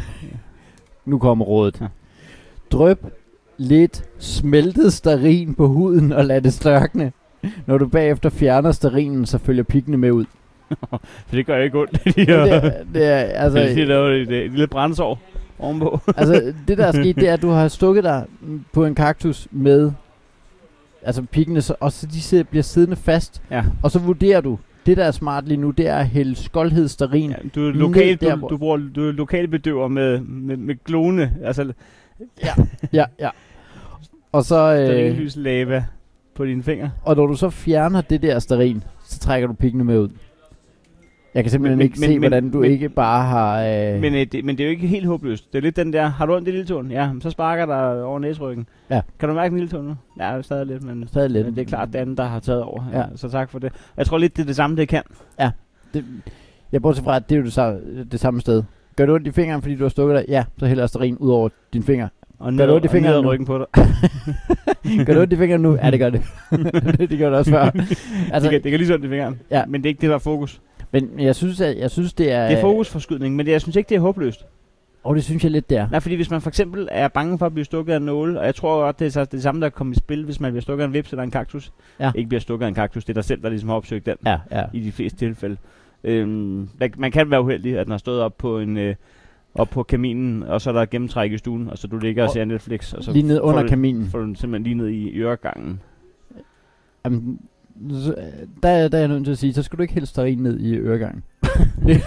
A: nu kommer rådet.
B: Ja.
A: Drøb lidt smeltet stearin på huden og lad det størkne. Når du bagefter fjerner stearinen, så følger pikkene med ud.
B: For det gør ikke ondt. De
A: det, er, det er altså...
B: De laver et, et lille brændsår ovenpå.
A: Altså, det der er sket, det er, at du har stukket dig på en kaktus med... Altså pikkene, så, og så de sidder, bliver siddende fast.
B: Ja. Og
A: så vurderer du, det der er smart lige nu, det er at hælde skoldhedsstearin.
B: Ja, du er lokal, du, du, bruger, du er lokalbedøver med, med, med glone. Altså...
A: Ja, ja, ja. Og så...
B: Stearinlys øh, lava på dine fingre.
A: Og når du så fjerner det der stearin, så trækker du pikkene med ud. Jeg kan simpelthen men, ikke men, se, men, hvordan du men, ikke bare har... Øh
B: men, øh, det, men det er jo ikke helt håbløst. Det er lidt den der, har du ondt i lille tåen? Ja, så sparker der over næsryggen.
A: Ja.
B: Kan du mærke den lille tåen nu? Ja, det er stadig lidt, men,
A: stadig lidt.
B: men det er klart, det andet, der har taget over.
A: Ja.
B: Ja, så tak for det. Jeg tror lidt, det er det samme, det kan.
A: Ja. Det, jeg bortset fra, at det er jo det, samme, det samme sted. Gør du ondt i fingeren, fordi du har stukket dig? Ja, så hælder stearin ud over dine fingre.
B: Og gør du ondt i fingeren nu? Ryggen på dig.
A: Gør du ondt i fingeren nu? Ja, det gør det. det gør det også før.
B: Altså, det, kan, det kan lige så ondt i fingeren. Ja. Men det er ikke det, der er fokus.
A: Men jeg synes, at, jeg synes det er...
B: Det er fokusforskydning, men det, jeg synes ikke, det er håbløst.
A: Og det synes jeg lidt, det er.
B: Nej, fordi hvis man for eksempel er bange for at blive stukket af en nåle, og jeg tror godt, det er så det samme, der kommer i spil, hvis man bliver stukket af en vips eller en kaktus. Ja. Ikke bliver stukket af en kaktus, det er dig selv, der ligesom har opsøgt den.
A: Ja, ja.
B: I de fleste tilfælde. Øhm, man kan være uheldig, at den har stået op på en... Øh, op på kaminen, og så er der gennemtræk i stuen, og så du ligger og, og ser Netflix. Og så
A: lige ned under kaminen.
B: Får du simpelthen lige ned i øregangen.
A: Jamen, så, der, der er jeg nødt til at sige, så skal du ikke helst stearin ned i øregangen. det,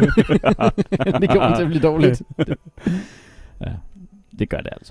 A: det kommer til at blive dårligt. Ja, det gør det altså.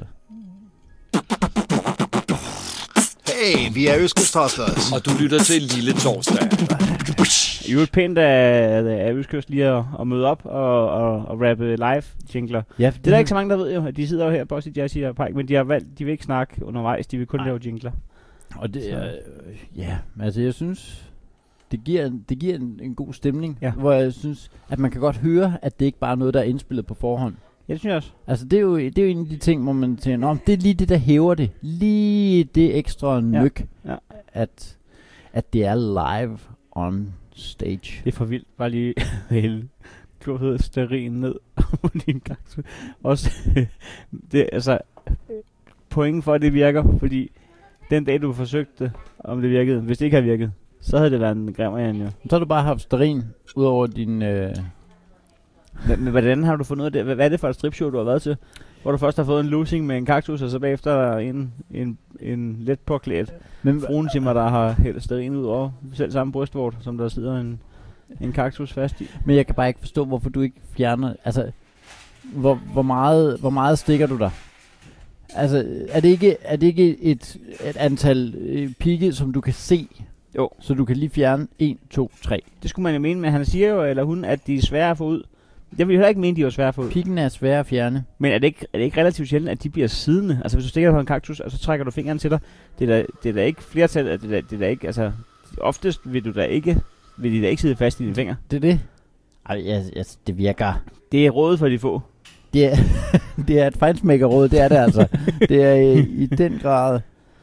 C: Hey, vi er Østkyst-Hustlers.
D: Og du lytter til Lille Torsdag.
B: I er jo pænt af, af Østkyst lige at, at møde op og, og, og rappe live-jingler. Ja, det er der ikke så mange, der ved jo. De sidder jo her, Bossy Jazzy og Pike, men de har valgt, de vil ikke snakke undervejs, de vil kun Ej. lave jingler.
A: Og det er, øh, ja, altså jeg synes, det giver, det giver en, en god stemning, ja. Hvor jeg synes, at man kan godt høre, at det ikke bare er noget, der er indspillet på forhånd.
B: Ja, det synes jeg også.
A: Altså det er jo, det er jo en af de ting, hvor man tænker, nå, det er lige det, der hæver det. Lige det ekstra nyk, ja. Ja. At, at det er live on stage.
B: Det er for vildt. Bare lige hælde klodstearin ned på din kaktus. Også, det, altså, pointen for, at det virker, fordi den dag, du forsøgte, om det virkede, hvis det ikke havde virket, så havde det været en grimmerjern, jo.
A: Så har du bare haft stearin ud over din... Øh
B: Men, men hvordan har du fundet ud af det? Hvad, hvad er det for et stripshow, du har været til? Hvor du først har fået en losing med en kaktus, og så bagefter en, en, en let påklædt fruentimmer, der har hældt stearin ud over selv samme brystvort, som der sidder en, en kaktus fast i.
A: Men jeg kan bare ikke forstå, hvorfor du ikke fjerner... Altså, hvor, hvor, meget, hvor meget stikker du der? Altså, er det ikke, er det ikke et, et antal øh, pigge, som du kan se?
B: Jo.
A: Så du kan lige fjerne en, to, tre.
B: Det skulle man jo mene, men han siger jo, eller hun, at de er svære at få ud. Jeg vil jo heller ikke mene, de er svære at få ud.
A: Piggen er svære at fjerne.
B: Men er det, ikke, er det ikke relativt sjældent, at de bliver siddende? Altså, hvis du stikker på en kaktus, og så trækker du fingeren til dig, det er da, det er da ikke flertal, det er da, det er da ikke, altså, oftest vil du da ikke, vil de da ikke sidde fast i dine fingre.
A: Det er det. Ej, yes, yes, det virker.
B: Det er rådet for de få.
A: Det er, det er et fejnsmækkerråd, det er det altså. Det er i, i den grad.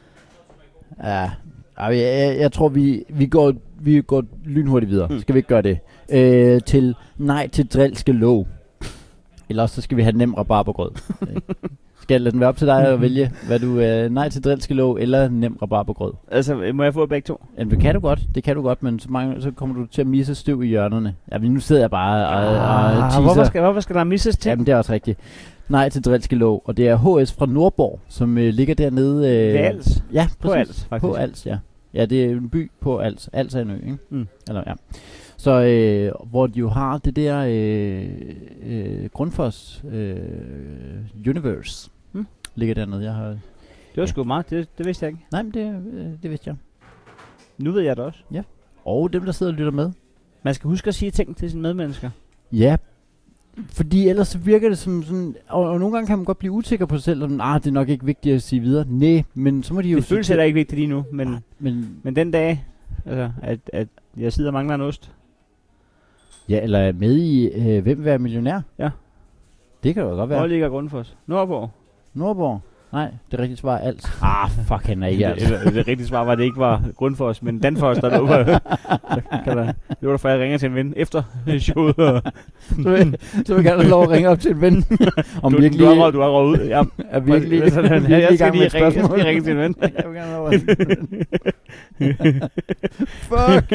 A: Ja, jeg, jeg, jeg tror, vi, vi, går, vi går lynhurtigt videre. Hmm. Skal vi ikke gøre det? Øh, til nej til drilske låg. Ellers så skal vi have nem rabarbergrød. Skal jeg lade den være op til dig at vælge, hvad du øh, nej til drilske låg eller nem rabarbergrød?
B: Altså, må jeg få begge to?
A: Ja, det kan du godt, det kan du godt, men så, mange, så kommer du til at misse støv i hjørnerne. Ja, men nu sidder jeg bare og,
B: ah, og teaser. Hvorfor skal, hvorfor skal der misses til?
A: Jamen, det er også rigtigt. Nej til drilske låg, og det er H S fra Nordborg, som øh, ligger dernede. Øh,
B: Ved Als?
A: Ja,
B: på Als, faktisk.
A: På Als, ja. Ja, det er en by på Als. Als er en ø, ikke? Mm. Eller, ja. Så øh, hvor de jo har det der øh, øh, Grundfos øh, Universe, hmm. ligger dernede. Jeg har,
B: det var ja. sgu meget, det, det vidste jeg ikke.
A: Nej, men det, øh, det vidste jeg.
B: Nu ved jeg det også.
A: Ja. Og dem, der sidder og lytter med.
B: Man skal huske at sige ting til sine medmennesker.
A: Ja, Fordi ellers så virker det som sådan, og, og nogle gange kan man godt blive usikker på sig selv, og sådan, ah, det er nok ikke vigtigt at sige videre. Nej, men så må de jo...
B: Det føles heller ikke vigtigt lige nu, men,
A: ah, men,
B: men den dag, altså, at, at jeg sidder og mangler en ost.
A: Ja, eller er med i øh, Hvem vil være millionær?
B: Ja.
A: Det kan jo godt være.
B: Hvor ligger Grundfos? Nordborg?
A: Nordborg? Nej, det rigtige svar er alt. Ah, fuck, han er ikke alt.
B: det, det rigtige svar var, at det ikke var Grundfos, men Danfoss, der lå på. Kan der, det var derfor, jeg ringer til en ven efter showet. Og
A: så, vil, så vil jeg gerne lov at ringe op til en ven. Om
B: du,
A: virkelig,
B: du har råd, du har råd ud. Ja.
A: Er virkelig,
B: er sådan,
A: virkelig
B: jeg,
A: i gang med et spørgsmål.
B: Jeg skal ringe til en ven.
A: Jeg vil gerne lov at ringe til en ven. Fuck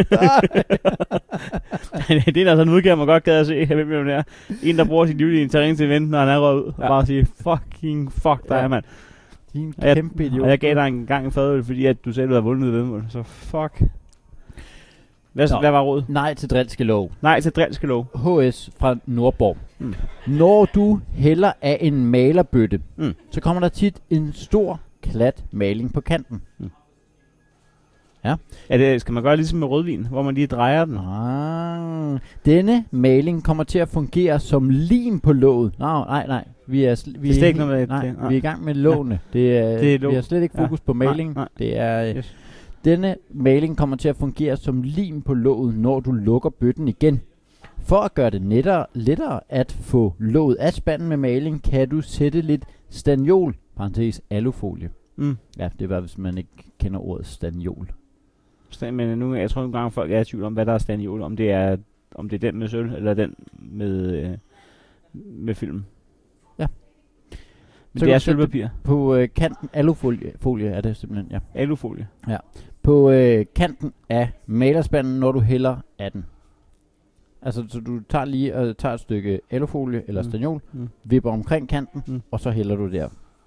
A: dig.
B: Det er der sådan en udgave, man godt gad at se. Hvem vil være en, der bruger sit liv til at ringe til en ven, når han er røget ud. Ja. Og bare sige, fucking fuck dig, ja. Mand.
A: Din
B: og jeg,
A: kæmpe idiot.
B: Og jeg gav dig en gang en fadøl, fordi at du sagde, at du havde vundet vedmål. Så fuck. Hvad, hvad var råd?
A: Nej til Drilske Lov.
B: Nej til Drilske Lov.
A: H S fra Nordborg.
B: Mm.
A: Når du hælder af en malerbøtte,
B: mm.
A: så kommer der tit en stor klat maling på kanten. Mm. Ja.
B: Er det, skal man gøre ligesom med rødvin, hvor man lige drejer den?
A: Ah, denne maling kommer til at fungere som lim på låget. Nå, nej, nej. Vi er, sl- vi
B: det er,
A: er
B: ikke noget med
A: nej,
B: det. Nej,
A: vi er i gang med lågene. Ja. Det er, det er vi har slet ikke fokus ja. på maling. Nej, nej. Det er, yes. Denne maling kommer til at fungere som lim på låget, når du lukker bøtten igen. For at gøre det lettere, lettere at få låget af spanden med maling, kan du sætte lidt staniol, parentes alufolie.
B: Mm.
A: Ja, det var, hvis man ikke kender ordet staniol.
B: Men nu, jeg tror nogle gange, folk er i tvivl om, hvad der er staniol. Om det er, om det er den med sølv, eller den med, øh, med film.
A: Ja.
B: Men så det er sølvpapir.
A: På øh, kanten alufolie folie er det simpelthen, ja.
B: Alufolie.
A: Ja. På øh, kanten af malerspanden, når du hælder af den. Altså, så du tager lige og tager et stykke alufolie eller mm. staniol, mm. vipper omkring kanten, mm. og så hælder du der.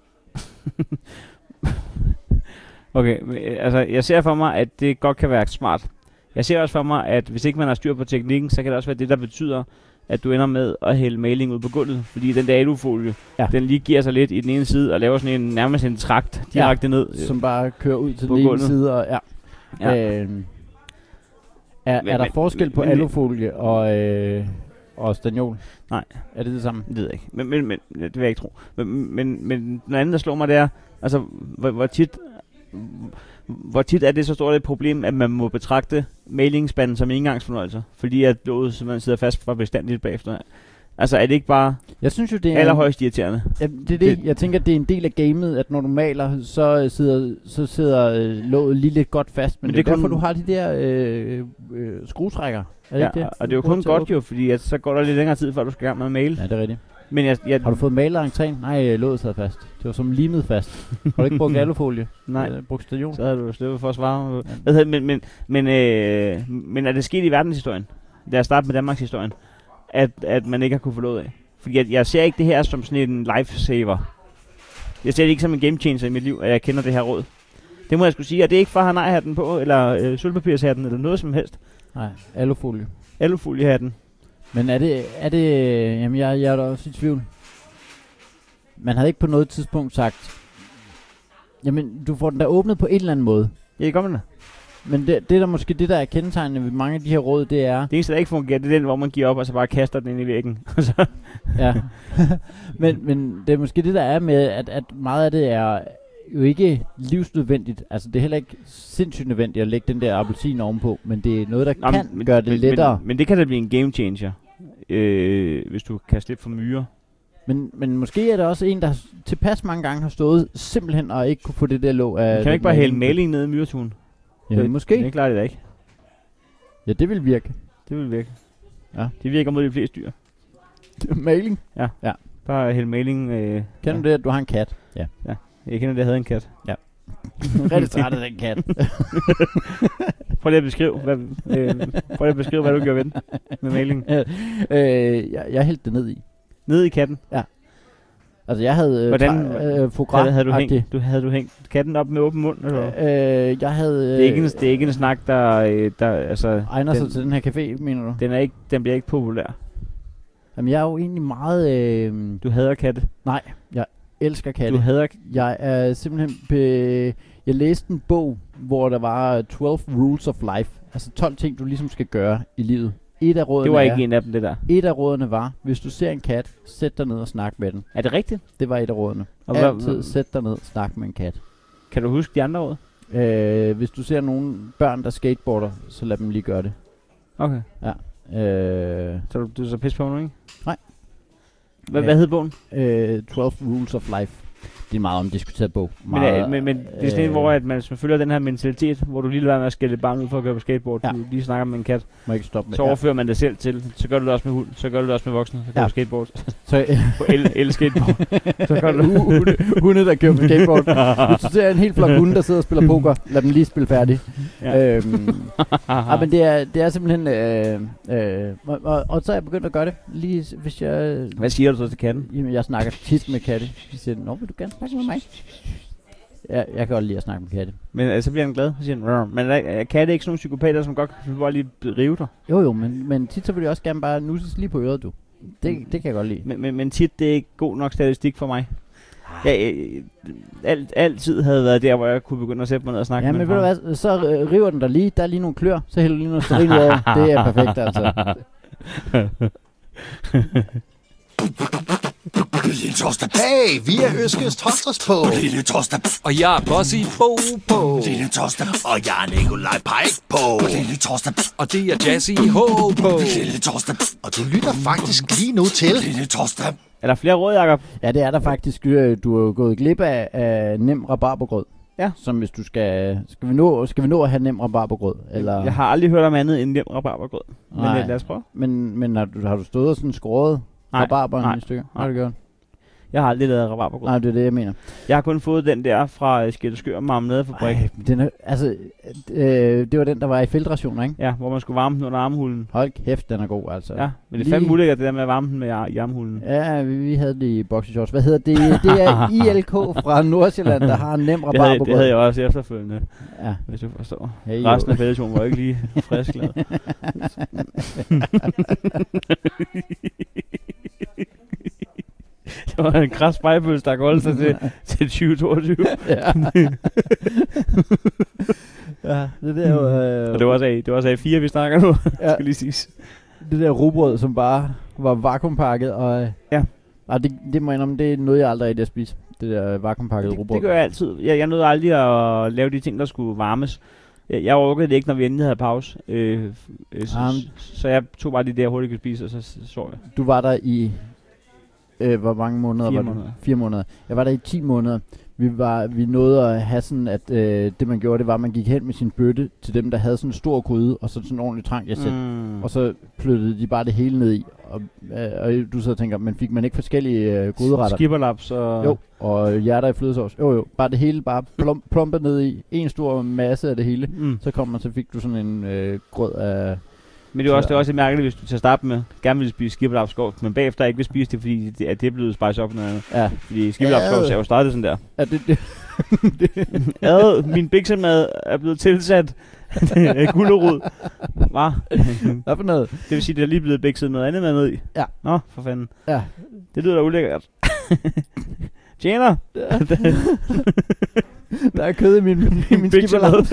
B: Okay, altså jeg ser for mig, at det godt kan være smart. Jeg ser også for mig, at hvis ikke man har styr på teknikken, så kan det også være det, der betyder, at du ender med at hælde maling ud på gulvet. Fordi den der alufolie, ja. den lige giver sig lidt i den ene side og laver sådan en nærmest en trakt direkte ja, ned.
A: Som bare kører ud til den ene side. Og, ja. Ja. Øh, er, men, er der men, forskel på men, alufolie og, øh, og staniol?
B: Nej.
A: Er det det samme?
B: Det ved jeg ikke. Men, men, men, det vil jeg ikke tro. Men, men, men noget andet, der slår mig, det er, altså, hvor, hvor tit... Hvor tit er det så stort et problem, at man må betragte mailingsspanden som engangsfornøjelse, fordi at låget simpelthen sidder fast for bestandigt bagefter. Altså er det ikke bare
A: jeg synes jo, det er
B: allerhøjst irriterende?
A: Ja, det er det. det. Jeg tænker, at det er en del af gamet, at når du maler, så sidder, så sidder øh, låget lige lidt godt fast. Men, men det er det derfor, du har de der øh, øh, skruetrækker. Er det
B: ja,
A: ikke det?
B: Og det er jo kun godt jo, fordi at så går der lidt længere tid, før du skal i gang med at male.
A: Ja, det er rigtigt.
B: Men jeg, jeg,
A: har du fået malerentræn? Nej, låget sad fast. Det var som limet fast. Har du ikke brugt alufolie?
B: Nej.
A: Eller brugt stadion?
B: Så havde du sløvet for at svare. Ja. Men, men, men, øh, men er det sket i verdenshistorien? Lad os starte med Danmarks historien. At, at man ikke har kunne få låget af. Fordi jeg, jeg ser ikke det her som sådan en lifesaver. Jeg ser det ikke som en game changer i mit liv, at jeg kender det her råd. Det må jeg skulle sige. Og det er ikke for at have nej-hatten på, eller øh, sølvpapirshatten, eller noget som helst.
A: Nej, alufolie.
B: Alufoliehatten.
A: Men er det, er det, jamen jeg, jeg er da også i tvivl. Man havde ikke på noget tidspunkt sagt, jamen du får den der åbnet på en eller anden måde.
B: Ja, det gør man da.
A: Men det, det der måske, det der er kendetegnende ved mange af de her råd, det er...
B: Det eneste, der ikke fungerer, det er den, hvor man giver op, og så bare kaster den ind i væggen.
A: Ja, men, men det er måske det, der er med, at, at meget af det er jo ikke livsnødvendigt. Altså det er heller ikke sindssygt nødvendigt at lægge den der appelsin ovenpå, men det er noget, der Nå, kan men, gøre det
B: men,
A: lettere.
B: Men, men det kan da blive en game changer, øh, hvis du kan slippe for myrer.
A: Men, men måske er der også en, der tilpas mange gange har stået simpelthen og ikke kunne få det der låg af...
B: Kan man ikke bare hælde maling ned i myretuen?
A: Ja, det, måske.
B: Det klarer det da ikke.
A: Ja, det vil virke.
B: Det vil virke.
A: Ja.
B: Det virker mod de fleste dyr.
A: Maling?
B: Ja.
A: Ja.
B: Bare hælde maling... Øh,
A: kender du det, at du har en kat?
B: Ja. Ja. Jeg kender det, at jeg havde en kat.
A: Ja. Rigtig træt af den kat.
B: Prøv lige at beskrive, hvad, øh, prøv lige at beskrive, hvad du gjorde ved den med maling.
A: øh, jeg, jeg hældte det ned i.
B: Ned i katten?
A: Ja. Altså jeg havde...
B: Hvordan
A: øh,
B: havde, havde, du hængt, du, havde du hængt katten op med åben mund? Eller?
A: Øh, jeg havde...
B: Det er ikke en, det er ikke en snak, der... der altså,
A: egner sig
B: den,
A: til den her café, mener du?
B: Den, er ikke, den bliver ikke populær.
A: Jamen jeg er jo egentlig meget... Øh,
B: du hader katte?
A: Nej, jeg elsker katte.
B: Du hader...
A: Jeg er simpelthen... Be, jeg læste en bog, hvor der var tolv rules of life. Altså tolv ting, du ligesom skal gøre i livet, et af rådene
B: Det var ikke
A: er,
B: en af dem, det der.
A: et af rådene var, hvis du ser en kat, sæt dig ned og snak med den.
B: Er det rigtigt?
A: Det var et af rådene.
B: Og
A: Altid
B: hvad,
A: sæt dig ned og snak med en kat.
B: kan du huske de andre råd?
A: Øh, hvis du ser nogle børn, der skateboarder, så lad dem lige gøre det.
B: Okay.
A: Ja. Øh,
B: Så du, du er så pisse på nu, ikke?
A: Nej.
B: Hvad,
A: Ja.
B: hvad hed bogen?
A: øh, tolv Rules of Life. Det er en meget omdiskuteret bog.
B: Men,
A: Meget,
B: øh, men, men det er sådan en, hvor at man, hvis man følger den her mentalitet, hvor du lige lader være med at skælde et barn ud for at køre på skateboard,
A: Ja.
B: du lige snakker med en kat,
A: må ikke stoppe med.
B: så overfører man det selv til, så gør du det også med hund, så gør du det også med voksne, så gør
A: Ja.
B: du skateboard,
A: Så,
B: på el, el skateboard, så gør du
A: hunde, hunde, der kører på skateboard. Hvis du ser en helt flok hunde, der sidder og spiller poker, lad dem lige spille færdig.
B: Ja.
A: Øhm, ah, men det er, det er simpelthen... Øh, øh, og, og, og så er jeg begyndt at gøre det. Lige s- hvis jeg...
B: Hvad siger du så til katten?
A: Jamen, jeg snakker tit med katte. De siger, nå, vil du gerne snakke med mig? Ja, jeg kan godt lide at snakke med katte.
B: Men øh, så bliver han glad, så siger han, "Rrr." Men er, er katte ikke sådan nogle psykopater, som godt kan bare lige rive dig?
A: Jo, jo, men, men tit så vil jeg også gerne bare nusses lige på øret, du. Det, det kan jeg godt lide.
B: Men, men, men tit, det er ikke god nok statistik for mig. Jeg øh, alt, altid havde været der, hvor jeg kunne begynde at sætte mig ned og snakke
A: Ja,
B: med
A: men
B: en
A: ved du
B: hånd.
A: hvad, så øh, river den der lige. Der er lige nogle klør, så hælder du lige noget stearin ud over. Det er perfekt, altså.
C: Lille torsdag. Hey, vi er Øskes Tosters på. Lille torsdag.
D: Og jeg er Bossy Bo på.
C: Lille torsdag. Og jeg er Nikolaj Pike på. Lille torsdag.
D: Og det er Jazzy Ho på.
C: Lille torsdag. Og du lytter faktisk lige nu til Lille torsdag.
B: Er der flere råd, Jacob?
A: Ja, det er der faktisk. Øh, Du er jo gået glip af, af nem rabarbergrød.
B: Ja.
A: Som hvis du skal... Skal vi nå, skal vi nå at have nem rabarbergrød? Eller?
B: Jeg har aldrig hørt om andet end nem rabarbergrød. Men
A: Nej.
B: øh, lad os prøve.
A: Men, men har, du, har du stået og sådan skåret
B: Nej,
A: rabarberen
B: nej,
A: i stykker?
B: nej.
A: Har du gjort?
B: Jeg har aldrig lavet rabarbergrød.
A: Nej, det er det, jeg mener.
B: Jeg har kun fået den der fra uh, Skætteskør Marmeladefabrik.
A: Ej, den er, altså, øh, det var den, der var i feltrationer, ikke?
B: Ja, hvor man skulle varme den under armhulen.
A: Hold kæft, den er god, altså.
B: Ja, men det er
A: Lige-
B: fandme ulækkert, det der med at varme den med ar- i armhulen.
A: Ja, vi, vi havde det i boxershorts. Hvad hedder det? Det er I L K fra Nordsjælland, der har en nem
B: Det havde,
A: rabarbergrød.
B: det havde jeg også efterfølgende,
A: Ja.
B: hvis du forstår.
A: Hey, jo.
B: Resten af fællesjonen var ikke lige frisk lavet. Det var en kras spejepølse, der kunne holde sig til, til tyve toogtyve.
A: Ja. Ja, det der, øh,
B: Og det var også A, det var også A fire, vi snakker nu,
A: ja,
B: skal lige siges.
A: det der rugbrød, som bare var vakuumpakket, og øh,
B: Ja.
A: og det, det må jeg indrømme, det nåede jeg aldrig rigtig at spise. Det der vakuumpakkede
B: Det,
A: rugbrød.
B: det gør jeg altid. Jeg, jeg nåede aldrig at lave de ting, der skulle varmes. Jeg, jeg orkede det ikke, når vi endelig havde pause. Øh, øh, så,
A: Um.
B: så jeg tog bare de der, jeg hurtigt kunne spise, og så så så jeg.
A: Du var der i, øh, hvor mange måneder
B: Fire
A: var
B: måneder.
A: det? Fire måneder. Jeg var der i ti måneder. Vi, var, vi nåede at have sådan, at øh, det man gjorde, det var, at man gik hen med sin bøtte til dem, der havde sådan en stor gryde, og så sådan en ordentlig trang, jeg sæt.
B: Mm.
A: Og så flyttede de bare det hele ned i. Og, øh, og du sidder og tænker, men fik man ikke forskellige øh, gryderetter?
B: Skipperlaps og...
A: Jo, og hjerter i flødesovs. Jo, jo. Bare det hele bare plum, plumpet ned i. En stor masse af det hele.
B: Mm.
A: Så kom man, så fik du sådan en øh, grød af...
B: Men det er også, det er også mærkeligt, hvis du til at starte med gerne vil spise skipperlapskov, men bagefter ikke vil spise det, fordi det, at det er blevet spiced op med noget andet.
A: Ja,
B: Fordi skipperlapskov er jo startet sådan der.
A: ja det, det,
B: Ad, min biksemad er blevet tilsat gulerod. Hva?
A: hvad for noget?
B: Det vil sige, at der er lige blevet bikset noget andet med ned i.
A: Ja.
B: Nå, for fanden.
A: Ja.
B: Det lyder da ulækkert. Tjener!
A: Der er kød i min, i min skipperlap.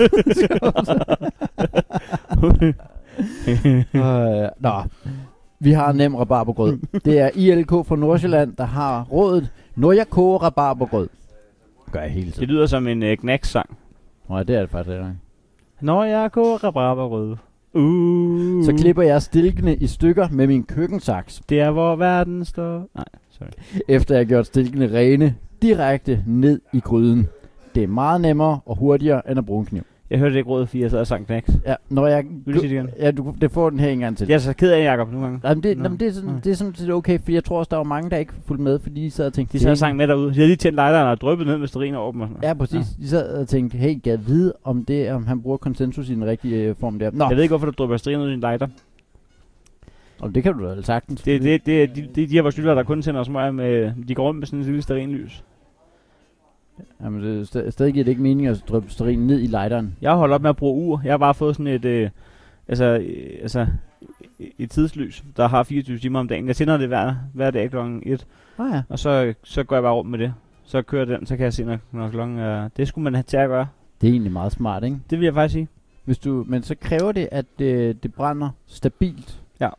A: øh, Nå, vi har nem rabarbergrød. Det er I L K fra Nordsjælland, der har rådet Nordjako rabarbergrød. Gør jeg hele
B: Det
A: tiden.
B: lyder som en uh, Knacks-sang.
A: Nå, det er det faktisk ikke.
B: Når jeg går rabarberrød. Uh.
A: Så klipper jeg stilkene i stykker med min køkkensaks,
B: Det er, hvor verden står... Nej, sorry.
A: efter jeg har gjort stilkene rene direkte ned i gryden. Det er meget nemmere og hurtigere end at bruge en kniv.
B: Jeg hørte det ikke råd, fordi jeg sad og sang Knacks.
A: Ja, når jeg...
B: Vil du sige det igen?
A: Ja, du, det får den her en gang til.
B: Jeg er så ked af, Jacob, nogle gange.
A: Jamen, det,
B: Nå.
A: jamen, det, er sådan,
B: Nå.
A: det er sådan set okay, for jeg tror også, der var mange, der ikke fulgte med, fordi de sad og tænkte...
B: De sad og sang med derude. De havde lige tændt lighteren og drøbet ned med stearin over dem. Og sådan.
A: Ja, præcis. Ja. De sad og tænkte, hey, kan jeg vide, om det, om han bruger konsensus i den rigtige øh, form der? Nå,
B: Jeg ved ikke, hvorfor du drøber stearin ud i din lighter.
A: og det kan du da sagtens.
B: Det, det, det, er de, de, de her vores lyttere, der kun tænder smøger med... De går rundt med sådan en lille stearinlys.
A: Jamen, det, st- stadig giver det ikke mening at drøbe stearin ned i lighteren.
B: Jeg har holdt op med at bruge ur. Jeg har bare fået sådan et... Øh, altså... Øh, altså et tidslys, der har fireogtyve timer om dagen. Jeg tænder det hver, hver dag klokken et.
A: Ah ja.
B: Og så, så går jeg bare rundt med det. Så kører den, så kan jeg se, når, når klokken er... Det skulle man have til at gøre.
A: Det er egentlig meget smart, ikke?
B: Det vil jeg faktisk sige.
A: Hvis du, men så kræver det, at øh, det brænder stabilt.
B: Ja.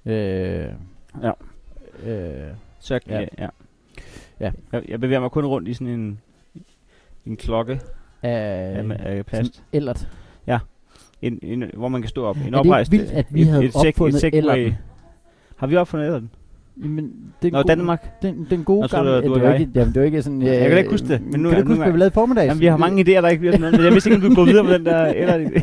A: Øh,
B: ja.
A: Øh,
B: Så
A: ja.
B: ja. ja.
A: Ja.
B: Jeg, jeg bevæger mig kun rundt i sådan en, en klokke
A: af,
B: af, af plast.
A: Ellert.
B: Ja. En, en, hvor man kan stå op. En
A: er
B: oprejst,
A: det ikke vildt, at vi havde opfundet Ellerten?
B: Har vi opfundet Ellerten?
A: Jamen, den
B: Nå,
A: gode,
B: Danmark.
A: Den, den gode
B: Nå,
A: gamle...
B: det,
A: det, var ikke, jamen, det var ikke sådan...
B: Jeg, jeg kan da ikke huske det.
A: Men nu, kan du huske, hvad vi lavede formiddags?
B: Jamen, vi har mange idéer, der ikke bliver sådan noget. Men jeg vidste ikke, om du går videre med den der Ellerten.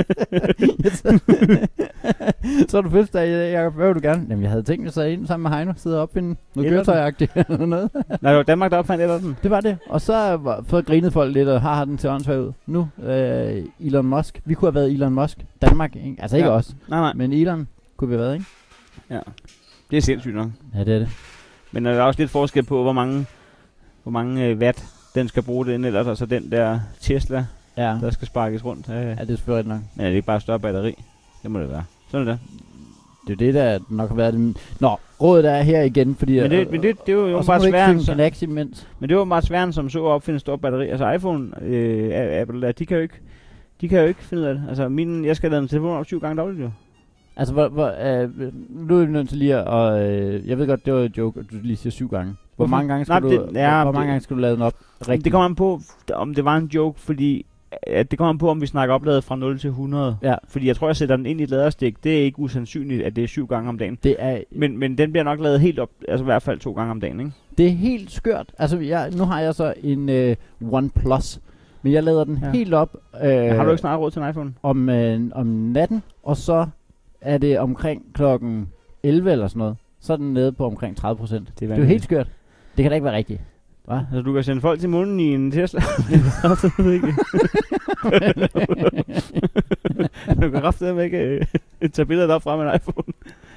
A: Så er du fødselsdag, Jacob. Hvad vil du gerne? Jamen, jeg havde tænkt mig sig ind sammen med Heino, sidde og opfinde noget køretøjagtigt eller noget.
B: Nej, det var Danmark, der opfandt Ellerten.
A: Det var det. Og så, var, så grinede folk lidt, og har har den til åndssvagt ud. Nu, øh, Elon Musk. Vi kunne have været Elon Musk. Danmark, ikke? Altså ikke
B: ja.
A: os.
B: Nej, nej.
A: Men Elon kunne vi have været, ikke?
B: Ja. Det er sindssygt nok.
A: Ja, det er det.
B: Men der er også lidt forskel på, hvor mange, hvor mange øh, watt den skal bruge den, eller så den der Tesla,
A: ja.
B: der skal sparkes rundt. Øh.
A: Ja, det er selvfølgelig nok.
B: Men er det ikke bare større batteri? Det må det være. Sådan er det.
A: Det er det, der nok har været det. Nå, rådet er her igen, fordi...
B: Men det, men det, det er jo
A: og
B: bare svært.
A: Så, imens.
B: Men det var bare svært, som så at opfinde stort batteri. Altså iPhone, øh, Apple, de kan jo ikke, de kan jo ikke finde ud af det. Altså min, jeg skal lade en telefon op syv gange dagligt jo.
A: Altså, hvor, hvor, øh, nu er vi nødt til lige at, og, øh, jeg ved godt, det var et joke, at du lige siger syv gange. Hvor
B: Hvorfor?
A: mange gange skal
B: Nej,
A: du,
B: det, ja,
A: hvor mange
B: det,
A: gange skal du lade den op rigtigt?
B: Det kommer an på, om det var en joke, fordi at det kommer an på, om vi snakker opladet fra nul til hundrede.
A: Ja.
B: Fordi jeg tror, jeg sætter den ind i et laderstik. Det er ikke usandsynligt, at det er syv gange om dagen.
A: Det er,
B: men, men den bliver nok lavet helt op, altså i hvert fald to gange om dagen, ikke?
A: Det er helt skørt. Altså, jeg, nu har jeg så en øh, OnePlus, men jeg lader den ja. helt op. Øh,
B: ja, har du ikke snart råd til en iPhone?
A: Om, øh, om natten, og så er det omkring klokken elleve eller sådan noget. Så er den nede på omkring tredive procent. Det, det er jo helt skørt. Det kan da ikke være rigtigt. Hva?
B: Altså, du kan sende folk til månen i en Tesla. Du kan kraftedeme ikke uh, tage billedet op fra med en iPhone.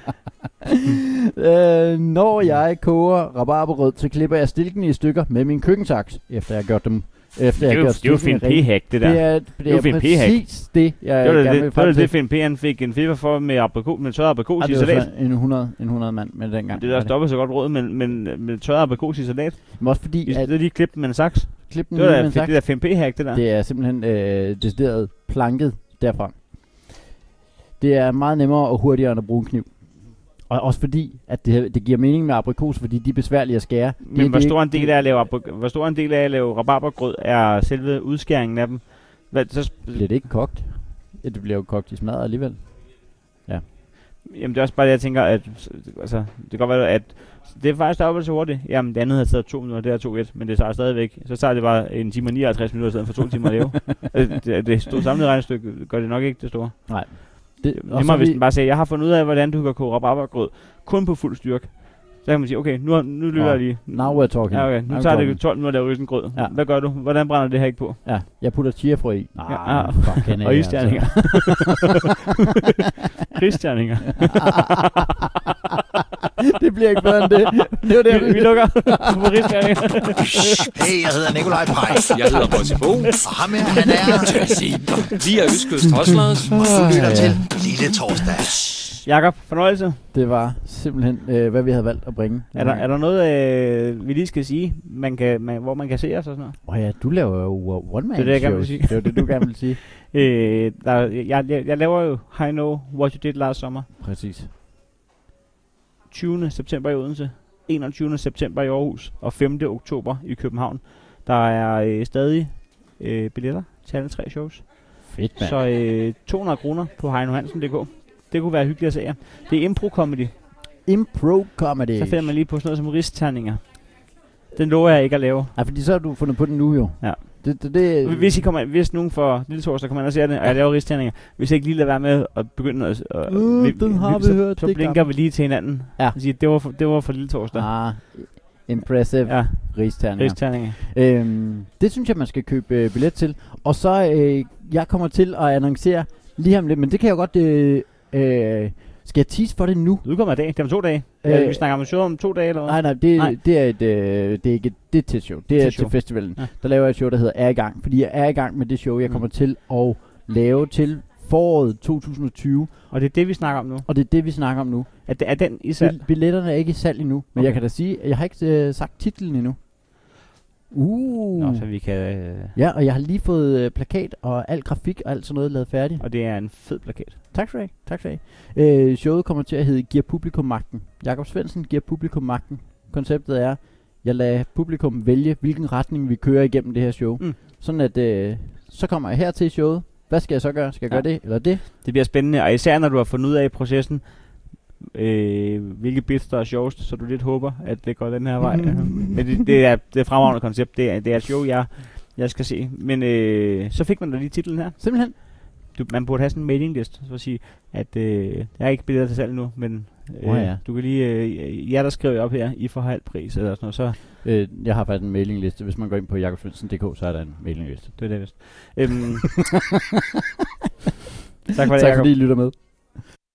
A: øh, når jeg koger rabarberrød, så klipper jeg stilken i stykker med min køkkensaks, efter jeg har gjort dem. Efter
B: det er jo, det er jo Finn P-hack, det der.
A: Det er, det
B: det er,
A: er præcis det, jeg
B: det
A: gerne
B: det,
A: vil frem
B: til.
A: Det
B: var det, Finn P, han fik en feber for med, aprikos, med tørret aprikos i salat.
A: Det var en hundrede, en hundrede mand med dengang.
B: Det der stoppede så godt råd, men, men med tørret aprikos i salat.
A: Men også fordi...
B: I stedet lige klippe med en saks.
A: Klippe
B: det var der, det der Finn P-hack, det der.
A: Det er simpelthen øh, decideret planket derfra. Det er meget nemmere og hurtigere end at bruge en kniv. Og også fordi, at det, det giver mening med aprikos, fordi de er besværlige at skære.
B: Men
A: det,
B: hvor,
A: det
B: stor en del af at lave hvor stor en del af at lave rabarbergrød er selve udskæringen af dem? Hvad, så
A: bliver det ikke kogt? Ja, det bliver jo kogt i smadret alligevel. Ja.
B: Jamen det er også bare det, jeg tænker, at altså, det kan godt være, at det er faktisk dobbelt så hurtigt. Jamen det andet har taget to minutter, det er to et, men det tager stadigvæk. Så tager det bare en time og nioghalvtreds minutter, i stedet for to timer at lave. det, det, det store samlede regnestykke gør det nok ikke det store.
A: Nej.
B: Det er nemmere, hvis den bare siger, jeg har fundet ud af, hvordan du kan koge rabarbergrød kun på fuld styrke. Så kan man sige, okay, nu, nu lytter jeg lige.
A: Now we're talking.
B: Ja, okay. Nu
A: I'm
B: tager
A: talking.
B: det tolv minutter at lave risengrød.
A: Ja.
B: Hvad gør du? Hvordan brænder det her ikke på?
A: Ja, jeg putter chiafrø i.
B: Ah, ja, ja. Fucking og isstjerninger. Krigsstjerninger.
A: Det bliver ikke bedre end det. Det var det,
B: vi, vi lukker på rigsstjerninger.
C: Hey, jeg hedder Nikolaj Pejs.
D: Jeg hedder Bossy Bo.
C: Og ham her, han er...
D: Vi er Østkyst Hoslers.
C: Og du lytter til Lille Torsdag.
B: Jakob, fornøjelse.
A: Det var simpelthen, øh, hvad vi havde valgt at bringe.
B: Er der, er der noget, øh, vi lige skal sige, man kan, man, hvor man kan se os og sådan noget?
A: Åh oh ja, du laver jo one man
B: Det er det, jeg gerne vil sige.
A: Det er det, du gerne vil sige.
B: øh, der, jeg, jeg, jeg laver jo I Know What You Did Last Summer.
A: Præcis.
B: tyvende september i Odense, enogtyvende september i Aarhus og femte oktober i København. Der er øh, stadig øh, billetter til alle tre shows.
A: Fedt, mand.
B: Så øh, to hundrede kroner på heinohansen punktum d k. Det kunne være hyggeligt at se jer. Det er impro-comedy.
A: Impro-comedy.
B: Så finder man lige på sådan noget som risterninger. Den lover jeg ikke at lave.
A: Ja, fordi så har du fundet på den nu jo.
B: Ja.
A: Det, det, det
B: hvis, I kommer, hvis nogen for Lille Torsdag kommer ind og ser det, og jeg laver risterninger, hvis jeg ikke lige lader være med at begynde at... Uh,
A: uh, vi, den har vi,
B: vi
A: hørt.
B: Så, så blinker vi lige til hinanden.
A: Ja.
B: Og siger, det var for, det var for Lille Torsdag.
A: Ah, impressive.
B: Ja.
A: Risterninger.
B: Risterninger.
A: Øhm, det synes jeg, man skal købe øh, billet til. Og så, øh, jeg kommer til at annoncere lige om lidt, men det kan jeg jo godt... Øh, øh, skal jeg tease for det nu?
B: Det udkommer i dag. Det er om to dage. Øh, ja, vi snakker om et show om to dage, eller hvad?
A: Nej, nej, det, nej. det er et, øh, det er ikke det er til show. Det er
B: show.
A: til festivalen.
B: Ja.
A: Der laver jeg et show, der hedder Er i gang. Fordi jeg er i gang med det show, jeg mm. kommer til at lave til foråret to tusind og tyve.
B: Og det er det, vi snakker om nu?
A: Og det er det, vi snakker om nu.
B: Er, det, er den i salg?
A: Billetterne er ikke i salg endnu. Men okay. Jeg kan da sige, jeg har ikke øh, sagt titlen endnu. Uh.
B: Nå, så vi kan... Øh,
A: ja, og jeg har lige fået øh, plakat og al grafik og alt sådan noget lavet færdigt.
B: og det er en fed plakat.
A: Tak skal du have. Tak skal du have. Øh, showet kommer til at hedde Giver Publikum Magten. Jakob Svendsen giver publikum magten. Konceptet er, jeg lader publikum vælge, hvilken retning vi kører igennem det her show. Mm. Sådan at, øh, så kommer jeg her til showet. Hvad skal jeg så gøre? Skal jeg ja. gøre det eller det?
B: Det bliver spændende, og især når du har fundet ud af i processen, øh, hvilke bits der er sjovest, så du lidt håber, at det går den her vej. Men det, det er det er fremragende koncept. Det er, det er et show, jeg, jeg skal se. Men øh, så fik man da lige titlen her.
A: Simpelthen.
B: Du, man burde have sådan en mailingliste, så at sige, at øh, jeg er ikke billeder til salg nu, men øh, oh, ja. du kan lige, øh, jer der skriver op her, I får halv pris eller sådan noget, så...
A: Øh, jeg har faktisk en mailingliste. Hvis man går ind på jakobsvendsen punktum d k, så er der en mailingliste.
B: Det er det vist. Øhm, tak for det,
A: tak fordi I lytter med.